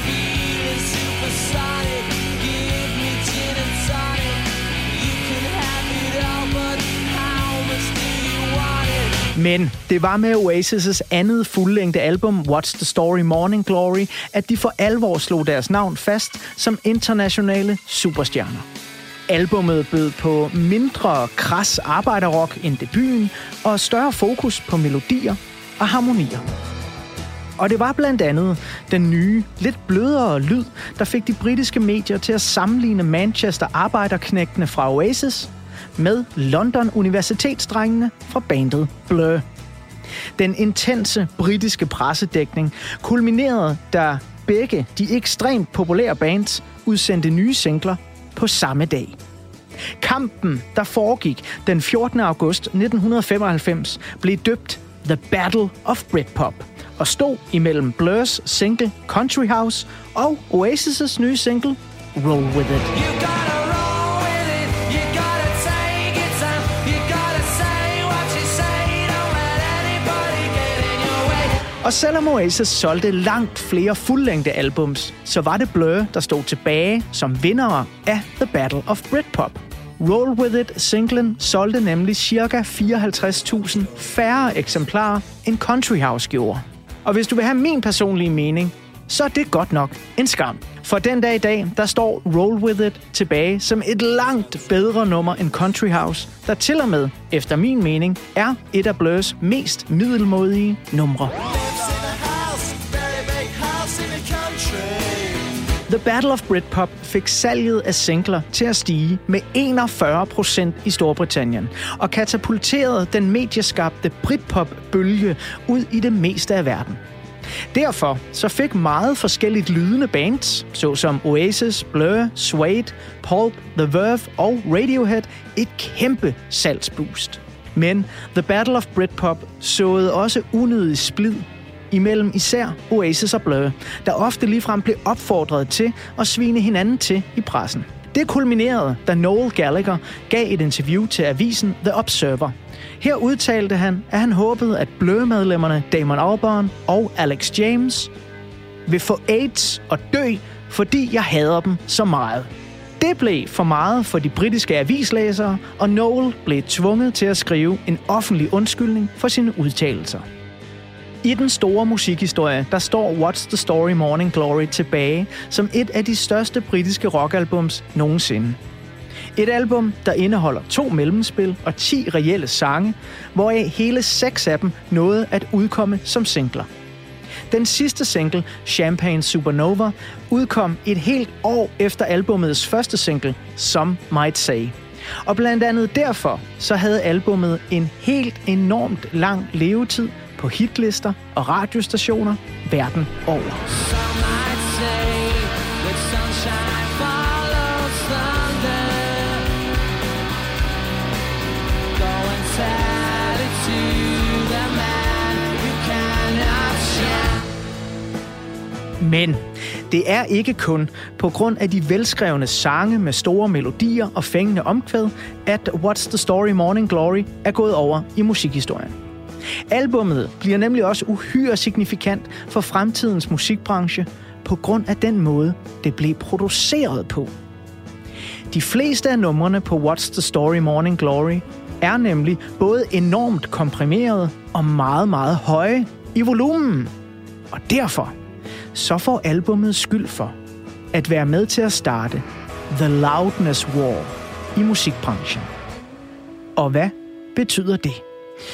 Speaker 3: Men det var med Oasis' andet fuldlængde album, What's the Story Morning Glory, at de for alvor slog deres navn fast som internationale superstjerner. Albummet bød på mindre kras arbejderrock end debuten og større fokus på melodier og harmonier. Og det var blandt andet den nye, lidt blødere lyd, der fik de britiske medier til at sammenligne Manchester arbejderknægtene fra Oasis med London universitetsdrengene fra bandet Blur. Den intense britiske pressedækning kulminerede, da begge de ekstremt populære bands udsendte nye singler på samme dag. Kampen, der foregik den fjortende august nitten femoghalvfems, blev døbt The Battle of Britpop og stod imellem Blurs single Country House og Oasis' nye single Roll With It. Og selvom Oasis solgte langt flere fuldlængde albums, så var det Blur, der stod tilbage som vindere af The Battle of Britpop. Roll With It singlen solgte nemlig ca. fireoghalvtreds tusind færre eksemplarer end Country House gjorde. Og hvis du vil have min personlige mening, så er det godt nok en skam. For den dag i dag, der står Roll With It tilbage som et langt bedre nummer end Country House, der til og med, efter min mening, er et af Blurs mest middelmådige numre. The Battle of Britpop fik salget af singler til at stige med enogfyrre procent i Storbritannien og katapulterede den medieskabte Britpop-bølge ud i det meste af verden. Derfor så fik meget forskelligt lydende bands, såsom Oasis, Blur, Suede, Pulp, The Verve og Radiohead, et kæmpe salgsboost. Men The Battle of Britpop såede også unødig splid imellem især Oasis og Blur, der ofte ligefrem blev opfordret til at svine hinanden til i pressen. Det kulminerede, da Noel Gallagher gav et interview til avisen The Observer. Her udtalte han, at han håbede, at Blur-medlemmerne Damon Albarn og Alex James vil få AIDS og dø, fordi jeg hader dem så meget. Det blev for meget for de britiske avislæsere, og Noel blev tvunget til at skrive en offentlig undskyldning for sine udtalelser. I den store musikhistorie, der står What's the Story Morning Glory tilbage som et af de største britiske rockalbums nogensinde. Et album, der indeholder to mellemspil og ti reelle sange, hvoraf hele seks af dem nåede at udkomme som singler. Den sidste single, Champagne Supernova, udkom et helt år efter albummets første single, Some Might Say. Og blandt andet derfor, så havde albummet en helt enormt lang levetid på hitlister og radiostationer verden over. Men det er ikke kun på grund af de velskrevne sange med store melodier og fængende omkvæd, at What's the Story Morning Glory er gået over i musikhistorien. Albummet bliver nemlig også uhyre signifikant for fremtidens musikbranche på grund af den måde, det blev produceret på. De fleste af numrene på What's the Story Morning Glory er nemlig både enormt komprimerede og meget, meget høje i volumen. Og derfor så får albummet skyld for at være med til at starte The Loudness War i musikbranchen. Og hvad betyder det?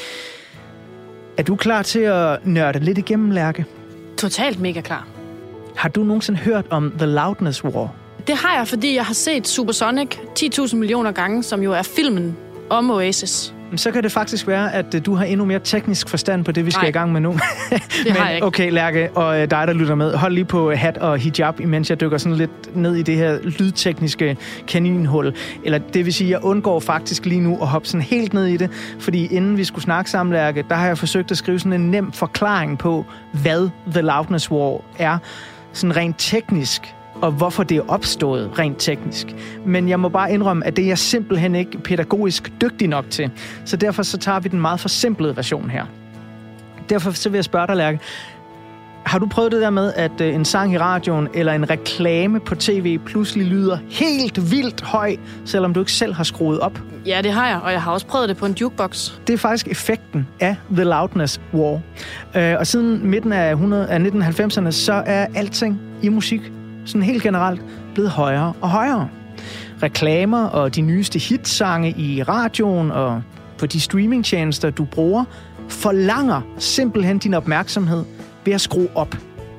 Speaker 3: Er du klar til at nørde lidt igennem, Lærke?
Speaker 4: Totalt mega klar.
Speaker 3: Har du nogensinde hørt om The Loudness War?
Speaker 4: Det har jeg, fordi jeg har set Supersonic ti tusind millioner gange, som jo er filmen om Oasis.
Speaker 3: Så kan det faktisk være, at du har endnu mere teknisk forstand på det, vi skal
Speaker 4: Nej.
Speaker 3: i gang med nu.
Speaker 4: Det
Speaker 3: Men,
Speaker 4: har jeg ikke.
Speaker 3: Okay, Lærke, og dig, der lytter med, hold lige på hat og hijab, imens jeg dykker sådan lidt ned i det her lydtekniske kaninhul. Eller det vil sige, jeg undgår faktisk lige nu at hoppe sådan helt ned i det, fordi inden vi skulle snakke sammen, Lærke, der har jeg forsøgt at skrive sådan en nem forklaring på, hvad The Loudness War er, sådan rent teknisk, og hvorfor det er opstået rent teknisk. Men jeg må bare indrømme, at det er jeg simpelthen ikke pædagogisk dygtig nok til. Så derfor så tager vi den meget forsimplede version her. Derfor så vil jeg spørge dig, Lærke, har du prøvet det der med, at en sang i radioen eller en reklame på tv pludselig lyder helt vildt høj, selvom du ikke selv har skruet op?
Speaker 4: Ja, det har jeg, og jeg har også prøvet det på en jukebox.
Speaker 3: Det er faktisk effekten af The Loudness War. Og siden midten af nitten halvfemserne, så er alting i musik sådan helt generelt blevet højere og højere. Reklamer og de nyeste hitsange i radioen og på de streamingtjenester, du bruger, forlanger simpelthen din opmærksomhed ved at skrue op.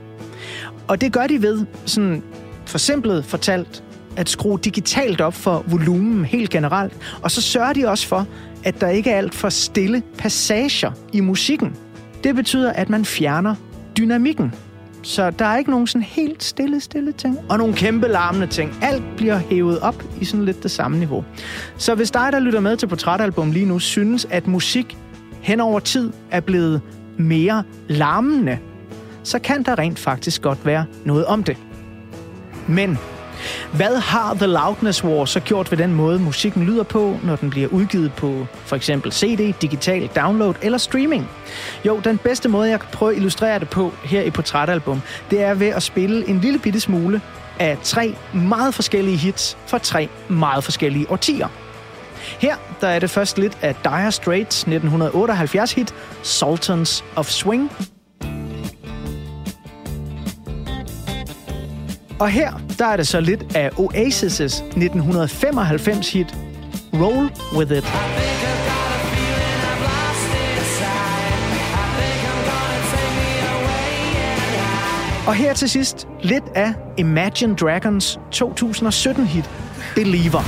Speaker 3: Og det gør de ved, sådan forsimplet fortalt, at skrue digitalt op for volumen helt generelt. Og så sørger de også for, at der ikke er alt for stille passager i musikken. Det betyder, at man fjerner dynamikken. Så der er ikke nogen sådan helt stille, stille ting. Og nogle kæmpe larmende ting. Alt bliver hævet op i sådan lidt det samme niveau. Så hvis dig, der lytter med til Portrætalbum lige nu, synes, at musik hen over tid er blevet mere larmende, så kan der rent faktisk godt være noget om det. Men hvad har The Loudness War så gjort ved den måde, musikken lyder på, når den bliver udgivet på for eksempel C D, digital download eller streaming? Jo, den bedste måde, jeg kan prøve at illustrere det på her i Portrætalbum, det er ved at spille en lille bitte smule af tre meget forskellige hits fra tre meget forskellige årtier. Her der er det først lidt af Dire Straits nitten otteoghalvfjerds hit Sultans of Swing. Og her, der er det så lidt af Oasis' nitten femoghalvfems hit Roll With It. Og her til sidst lidt af Imagine Dragons to tusind og sytten hit Believer.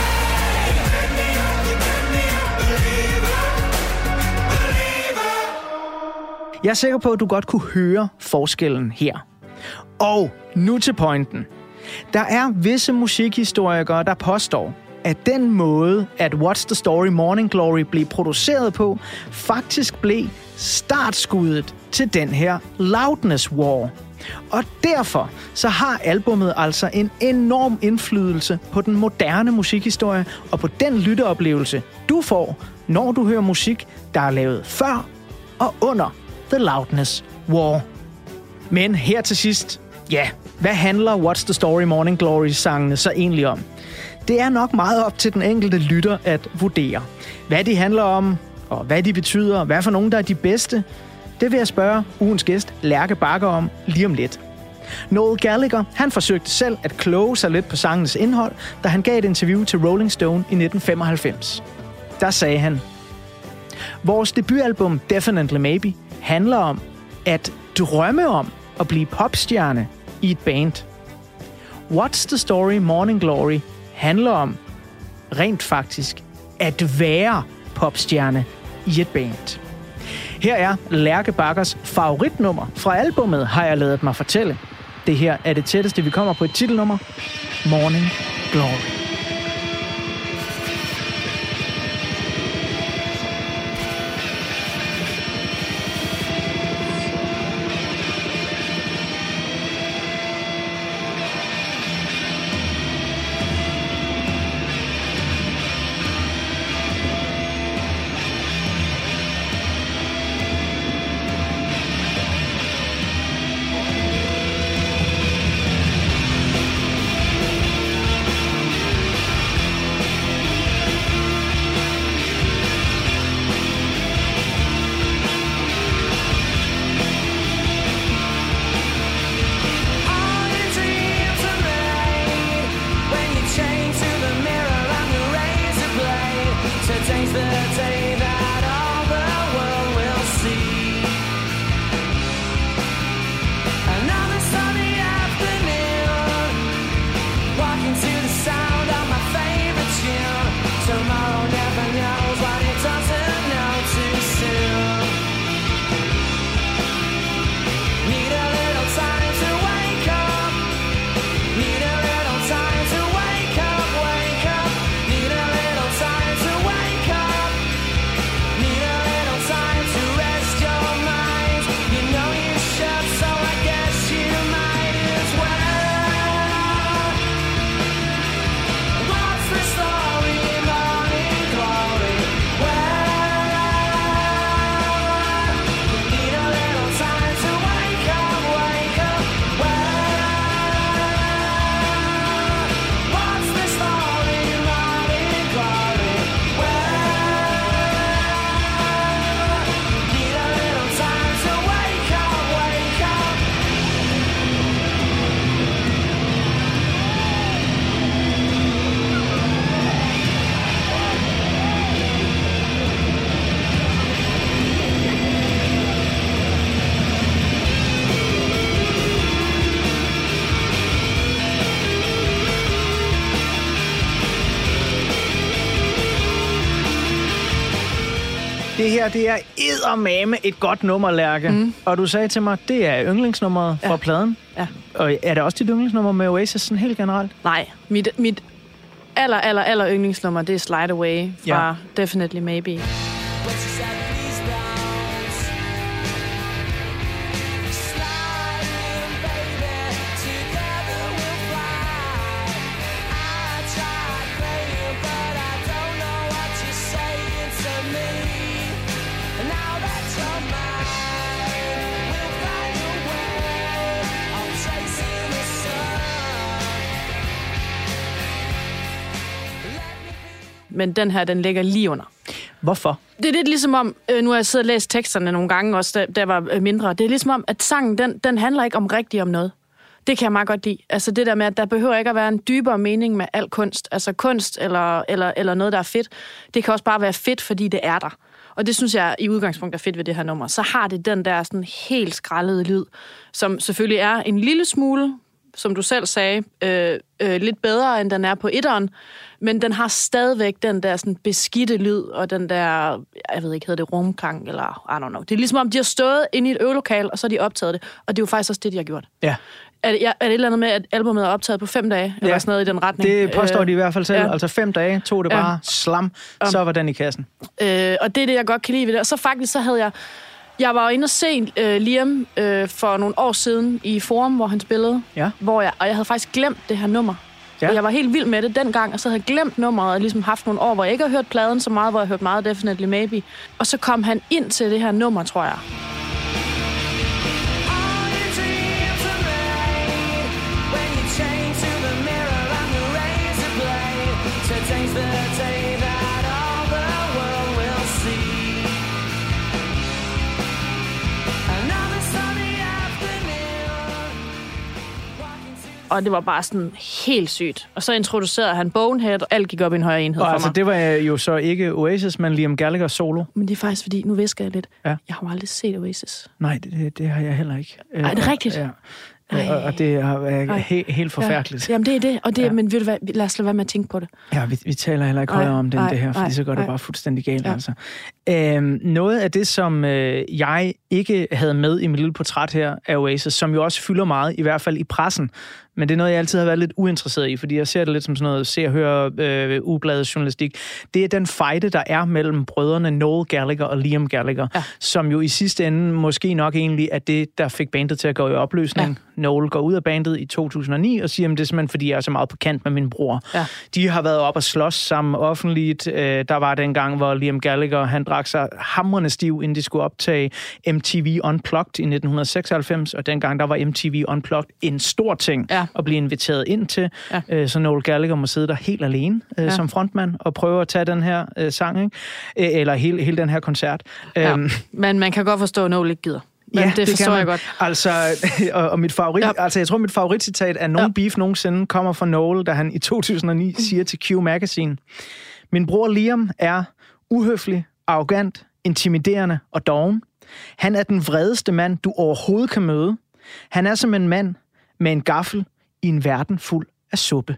Speaker 3: Jeg er sikker på, at du godt kunne høre forskellen her. Og nu til pointen. Der er visse musikhistorikere, der påstår, at den måde, at What's the Story Morning Glory blev produceret på, faktisk blev startskuddet til den her Loudness War. Og derfor så har albummet altså en enorm indflydelse på den moderne musikhistorie og på den lytteoplevelse, du får, når du hører musik, der er lavet før og under The Loudness War. Men her til sidst, ja, hvad handler What's the Story Morning Glory-sangene så egentlig om? Det er nok meget op til den enkelte lytter at vurdere. Hvad de handler om, og hvad de betyder, hvad for nogen, der er de bedste, det vil jeg spørge ugens gæst Lærke Bagger om lige om lidt. Noel Gallagher, han forsøgte selv at kloge sig lidt på sangens indhold, da han gav et interview til Rolling Stone i nitten femoghalvfems. Der sagde han: vores debutalbum Definitely Maybe handler om at drømme om at blive popstjerne i et band. What's the Story Morning Glory handler om rent faktisk at være popstjerne i et band. Her er Lærke Baggers favoritnummer fra albummet, har jeg ladet mig fortælle. Det her er det tætteste, vi kommer på et titelnummer. Morning Glory. Det her, det er eddermame et godt nummer, Lærke. Mm. Og du sagde til mig, det er yndlingsnummeret ja. fra pladen.
Speaker 4: Ja.
Speaker 3: Og er det også dit yndlingsnummer med Oasis sådan helt generelt?
Speaker 4: Nej, mit, mit aller, aller, aller yndlingsnummer, det er Slide Away fra ja. Definitely Maybe. Men den her, den ligger lige under.
Speaker 3: Hvorfor?
Speaker 4: Det er lidt ligesom om, øh, nu har jeg siddet og læst teksterne nogle gange, også da, da jeg var mindre. Det er ligesom om, at sangen, den, den handler ikke om rigtigt om noget. Det kan jeg meget godt lide. Altså det der med, at der behøver ikke at være en dybere mening med al kunst. Altså kunst eller, eller, eller noget, der er fedt. Det kan også bare være fedt, fordi det er der. Og det synes jeg i udgangspunkt er fedt ved det her nummer. Så har det den der sådan helt skrællede lyd, som selvfølgelig er en lille smule, som du selv sagde, øh, øh, lidt bedre, end den er på etteren, men den har stadigvæk den der sådan beskidte lyd, og den der, jeg ved ikke, hedder det rumklang, eller I don't know. Det er ligesom om, de har stået inde i et øvelokal, og så har de optaget det, og det er jo faktisk også det, de har gjort.
Speaker 3: Ja.
Speaker 4: Er det, er det et eller andet med, at albumet er optaget på fem dage, ja. eller sådan noget i den retning?
Speaker 3: Det påstår de i hvert fald selv.
Speaker 4: Ja.
Speaker 3: Altså fem dage tog det bare ja. slam, så var den i kassen.
Speaker 4: Øh, og det er det, jeg godt kan lide ved det. Og så faktisk, så havde jeg Jeg var inde og se øh, Liam øh, for nogle år siden i Forum, hvor han spillede,
Speaker 3: ja.
Speaker 4: hvor jeg, og jeg havde faktisk glemt det her nummer.
Speaker 3: Ja.
Speaker 4: Jeg var helt vild med det dengang, og så havde jeg glemt nummeret, og ligesom haft nogle år, hvor jeg ikke har hørt pladen så meget, hvor jeg har hørt meget Definitely Maybe. Og så kom han ind til det her nummer, tror jeg. Og det var bare sådan helt sygt. Og så introducerede han Bonehead, og alt gik op i en højere enhed
Speaker 3: og
Speaker 4: for
Speaker 3: altså,
Speaker 4: mig.
Speaker 3: Det var jo så ikke Oasis, men Liam Gallagher solo.
Speaker 4: Men det er faktisk fordi, nu visker jeg lidt,
Speaker 3: ja.
Speaker 4: jeg har jo aldrig set Oasis.
Speaker 3: Nej, det, det har jeg heller ikke.
Speaker 4: Ej, det er rigtigt?
Speaker 3: Ja. Og, og det er he, helt forfærdeligt.
Speaker 4: Ja. Jamen det er det, og det, ja. Men ved du hvad, lad os lade være med at tænke på det.
Speaker 3: Ja, vi, vi taler heller ikke højere om det, det her, fordi så går det bare fuldstændig galt. Ja. Altså. Øhm, noget af det, som øh, jeg ikke havde med i mit lille portræt her af Oasis, som jo også fylder meget, i hvert fald i pressen, men det er noget, jeg altid har været lidt uinteresseret i, fordi jeg ser det lidt som sådan noget se og høre øh, ubladet journalistik. Det er den fejde, der er mellem brødrene Noel Gallagher og Liam Gallagher, ja. som jo i sidste ende måske nok egentlig er det, der fik bandet til at gå i opløsning. Ja. Noel går ud af bandet i to tusind og ni og siger, at det er simpelthen, fordi jeg er så meget på kant med min bror. Ja. De har været op og slås sammen offentligt. Der var den gang, hvor Liam Gallagher, han drak sig hamrende stiv, inden de skulle optage M T V Unplugged i nitten seksoghalvfems, og dengang der var M T V Unplugged en stor ting ja. at blive inviteret ind til. Ja. Så Noel Gallagher må sidde der helt alene ja. som frontmand og prøve at tage den her øh, sang, ikke? Eller hele, hele den her koncert. Ja. Øhm,
Speaker 4: Men man kan godt forstå, at Noel ikke gider. Men
Speaker 3: ja,
Speaker 4: det forstår
Speaker 3: det
Speaker 4: jeg godt.
Speaker 3: Altså, og, og mit favorit, ja. altså jeg tror, mit favoritcitat af nogen ja. beef nogensinde kommer fra Noel, da han i to tusind og ni siger til Q Magazine: min bror Liam er uhøflig, arrogant, intimiderende og doven. Han er den vredeste mand, du overhovedet kan møde. Han er som en mand med en gaffel i en verden fuld af suppe.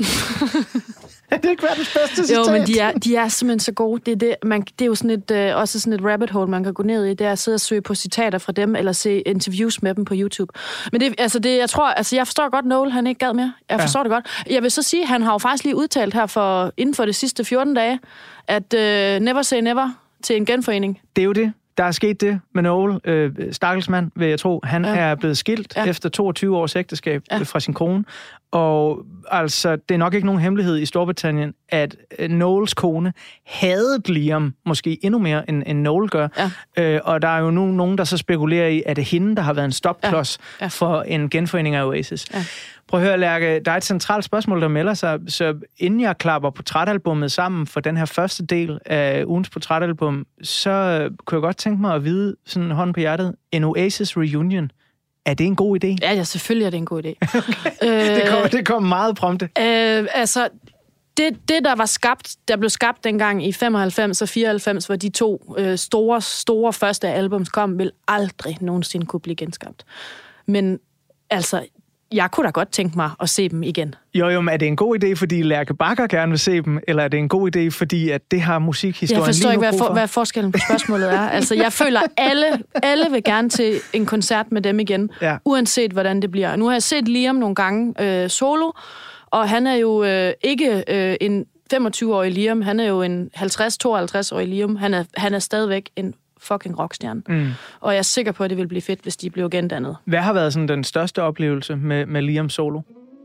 Speaker 3: Det er ikke verdens bedste citat.
Speaker 4: Jo, men de er, de er simpelthen så gode. Det er, det, man, det er jo sådan et, øh, også sådan et rabbit hole, man kan gå ned i. Det er at sidde og søge på citater fra dem, eller se interviews med dem på YouTube. Men det, altså det, jeg tror, altså jeg forstår godt, Noel, han ikke gad mere. Jeg forstår ja. det godt. Jeg vil så sige, han har jo faktisk lige udtalt her for, inden for de sidste fjorten dage, at øh, never say never til en genforening.
Speaker 3: Det er jo det. Der er sket det med Noel, øh, stakkelsmand, vil jeg tro. Han ja. er blevet skilt ja. efter toogtyve års ægteskab ja. fra sin kone. Og altså, det er nok ikke nogen hemmelighed i Storbritannien, at Noels kone hadede Liam måske endnu mere, end, end Noel gør. Ja. Øh, og der er jo nu nogen, der så spekulerer i, at det er hende, der har været en stopklods ja. Ja. for en genforening af Oasis. Ja. Prøv at høre, Lærke, der er et centralt spørgsmål, der melder sig, så inden jeg klapper portrætalbummet sammen for den her første del af ugens portrætalbum, så kunne jeg godt tænke mig at vide, sådan hånden på hjertet, en Oasis reunion. Er det en god idé?
Speaker 4: Ja, ja, selvfølgelig er det en god idé.
Speaker 3: øh, det, kom, det kom meget prompte.
Speaker 4: Øh, altså, det, det, der var skabt, der blev skabt dengang i femoghalvfems og fireoghalvfems, hvor de to øh, store, store første albums kom, vil aldrig nogensinde kunne blive genskabt. Men altså, jeg kunne da godt tænke mig at se dem igen.
Speaker 3: Jo, jo, men er det en god idé, fordi Lærke Bagger gerne vil se dem, eller er det en god idé, fordi at det har musikhistorien
Speaker 4: Jeg forstår
Speaker 3: lige
Speaker 4: ikke,
Speaker 3: nu
Speaker 4: hvad, for, hvad forskellen på spørgsmålet er. Altså, jeg føler, alle, alle vil gerne til en koncert med dem igen, ja. Uanset hvordan det bliver. Nu har jeg set Liam nogle gange øh, solo, og han er jo øh, ikke øh, en femogtyve-årig Liam, han er jo en halvtreds tooghalvtreds-årig Liam. Han er, han er stadigvæk en fucking rockstjerne. Mm. Og jeg er sikker på, at det vil blive fedt, hvis de bliver gendannet.
Speaker 3: Hvad har været sådan den største oplevelse med, med Liam solo?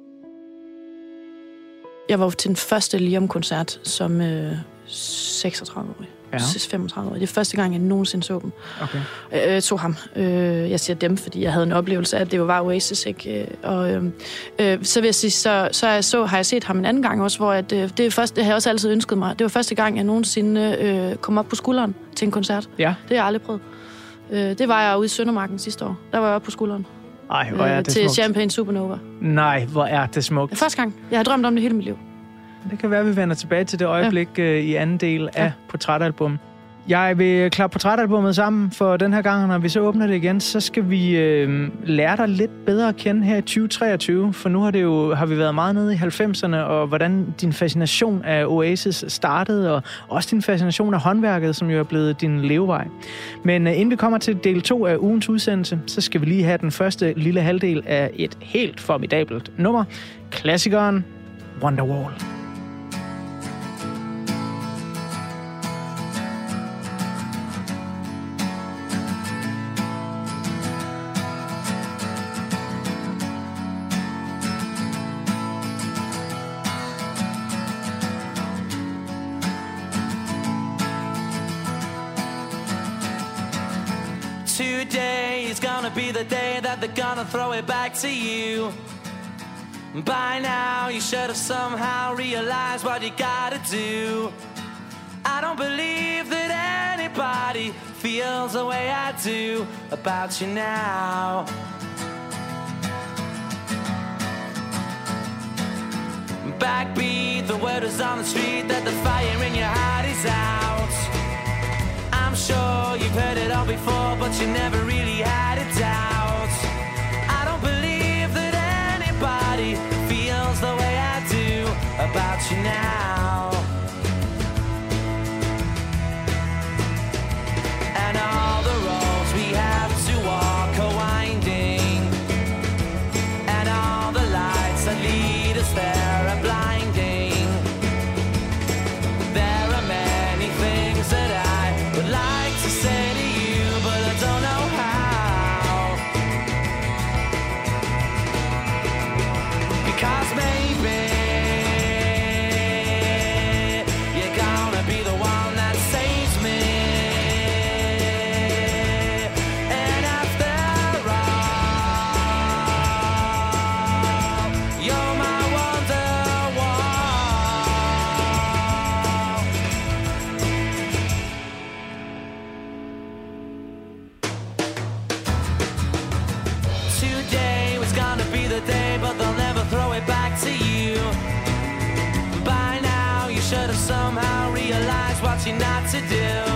Speaker 4: Jeg var til den første Liam-koncert som øh, seksogtredive-årig. Ja. femogtredive år. Det er første gang, jeg nogensinde så dem. Okay. Øh, tog ham. Øh, jeg siger dem, fordi jeg havde en oplevelse af, at det var Oasis, ikke? Og øh, øh, så vil jeg sige, så, så, jeg så har jeg set ham en anden gang også, hvor at, øh, det, er først, det har jeg også altid ønsket mig. Det var første gang, jeg nogensinde øh, kom op på skulderen til en koncert. Ja. Det har jeg aldrig prøvet. Øh, det var jeg ude i Søndermarken sidste år. Der var jeg oppe på skulderen.
Speaker 3: Ej, hvor er det
Speaker 4: til
Speaker 3: smukt.
Speaker 4: Champagne Supernova.
Speaker 3: Nej, hvor er det smukt.
Speaker 4: Det er første gang. Jeg har drømt om det hele mit liv.
Speaker 3: Det kan være, at vi vender tilbage til det øjeblik ja. øh, i anden del af ja. portrætalbum. Jeg vil klappe portrætalbummet sammen for den her gang, og når vi så åbner det igen, så skal vi øh, lære dig lidt bedre at kende her i tyve treogtyve, for nu har, det jo, har vi været meget nede i halvfemserne, og hvordan din fascination af Oasis startede, og også din fascination af håndværket, som jo er blevet din levevej. Men øh, inden vi kommer til del to af ugens udsendelse, så skal vi lige have den første lille halvdel af et helt formidabelt nummer. Klassikeren Wonderwall.
Speaker 5: Today is gonna be the day that they're gonna throw it back to you. By now you should have somehow realized what you gotta do. I don't believe that anybody feels the way I do about you now. Backbeat, the word is on the street that the fire in your heart is out. I'm sure you've heard it all before, but you never really had a doubt. I don't believe that anybody feels the way I do about you now. And all the roads we have to walk are winding, and all the lights that lead us there are blinding. There are many things that I would like to say to you, but I don't know how. Because maybe you're gonna be the one that saves me. And after all, you're my Wonderwall. Today was gonna be the day, but they'll never throw it back to you. By now you should have somehow realized what you're not to do.